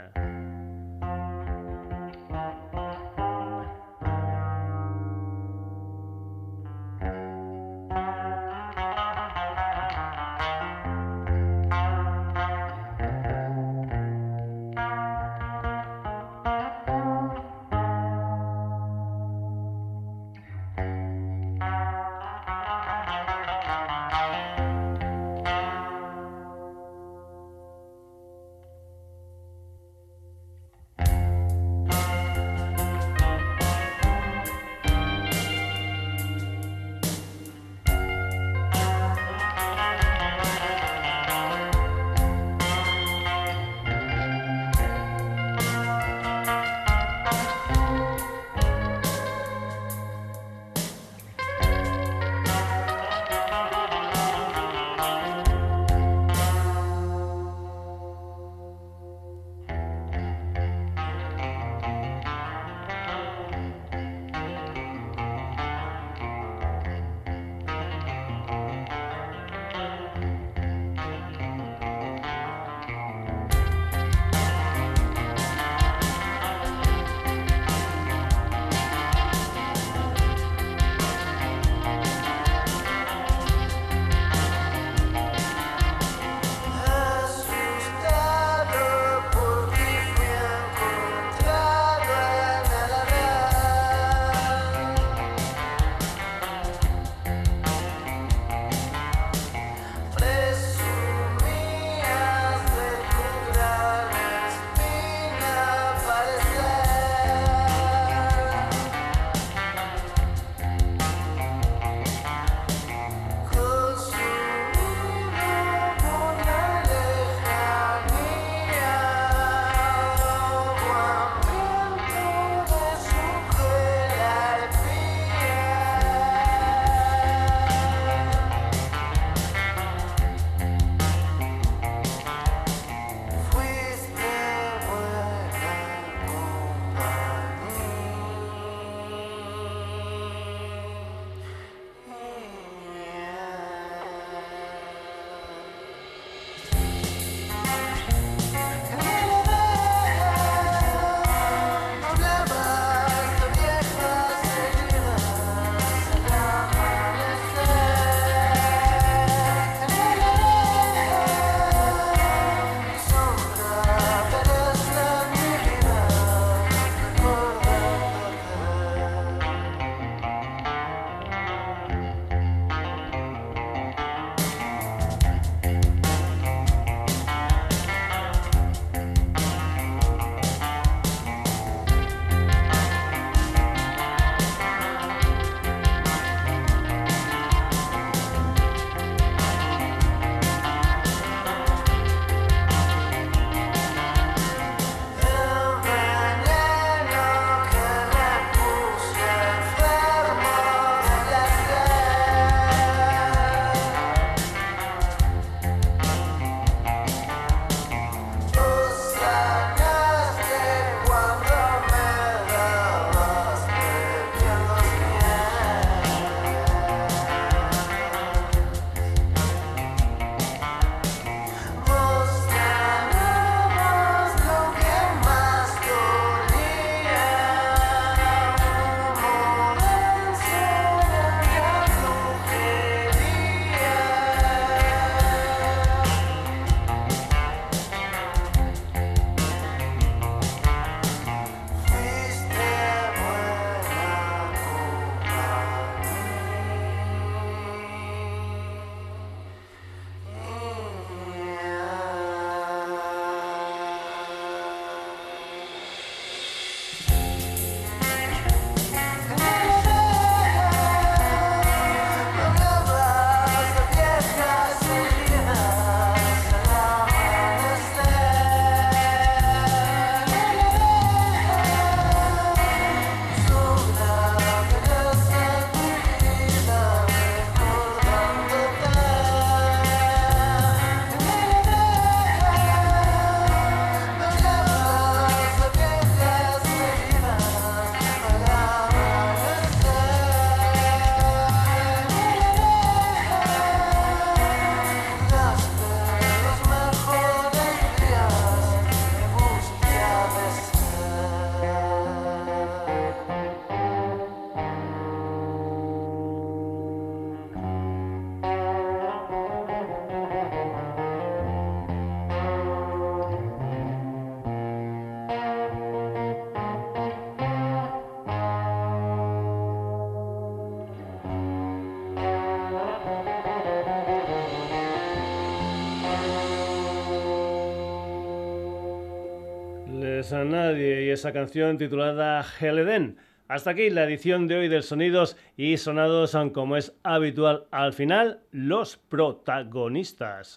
eres nadie y esa canción titulada Heleden. Hasta aquí la edición de hoy del Sonidos y Sonados, como es habitual al final, los protagonistas.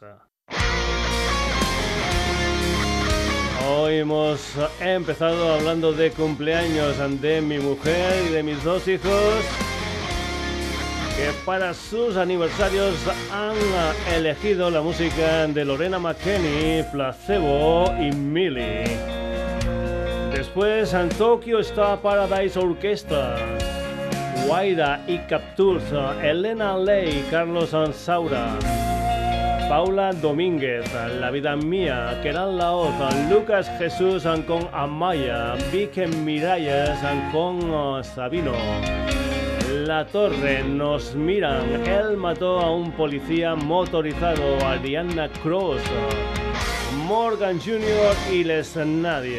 Hoy hemos empezado hablando de cumpleaños de mi mujer y de mis dos hijos, que para sus aniversarios han elegido la música de Lorena McKenney, Placebo y Millie. Después en Tokyo Star Paradise Orchestra, Guaida y Captures, Elena Ley, Carlos Ansaura, Paula Domínguez, La Vida Mía, Keran Laoz, Lucas Jesús con Amaya, Vicky Miralles con Sabino. La Torre, Nos Miran, Él mató a un policía motorizado, Ariana Cross, Morgan Jr. y Les Nadies.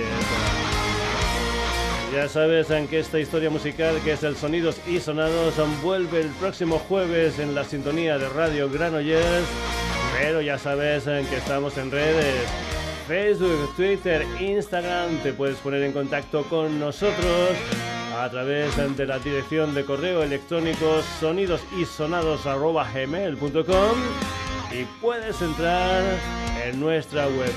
Ya sabes en que esta historia musical, que es el Sonidos y Sonados, vuelve el próximo jueves en la sintonía de Radio Granollers, pero ya sabes que estamos en redes, Facebook, Twitter, Instagram. Te puedes poner en contacto con nosotros a través de la dirección de correo electrónico sonidosysonados@gmail.com y puedes entrar en nuestra web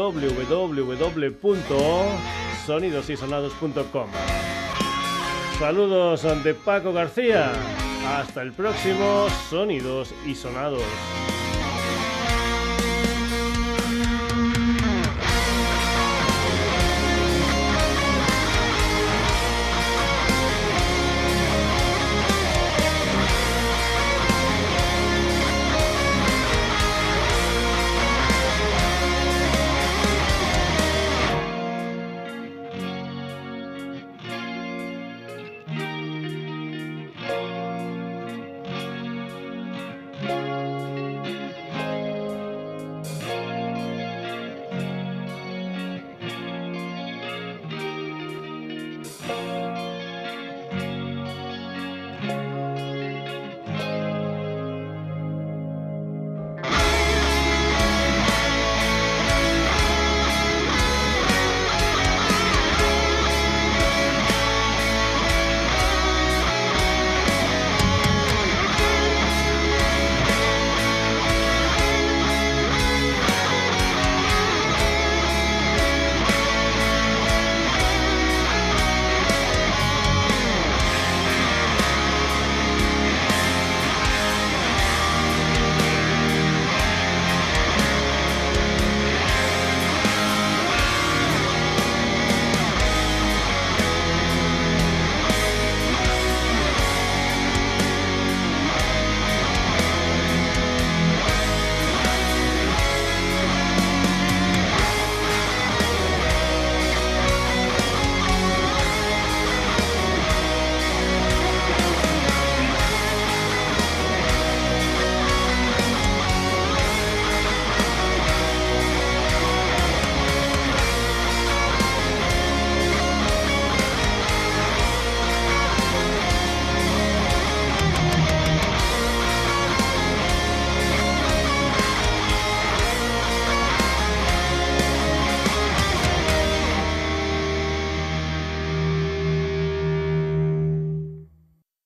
www.sonidosysonados.com. Saludos de Paco García. Hasta el próximo Sonidos y Sonados.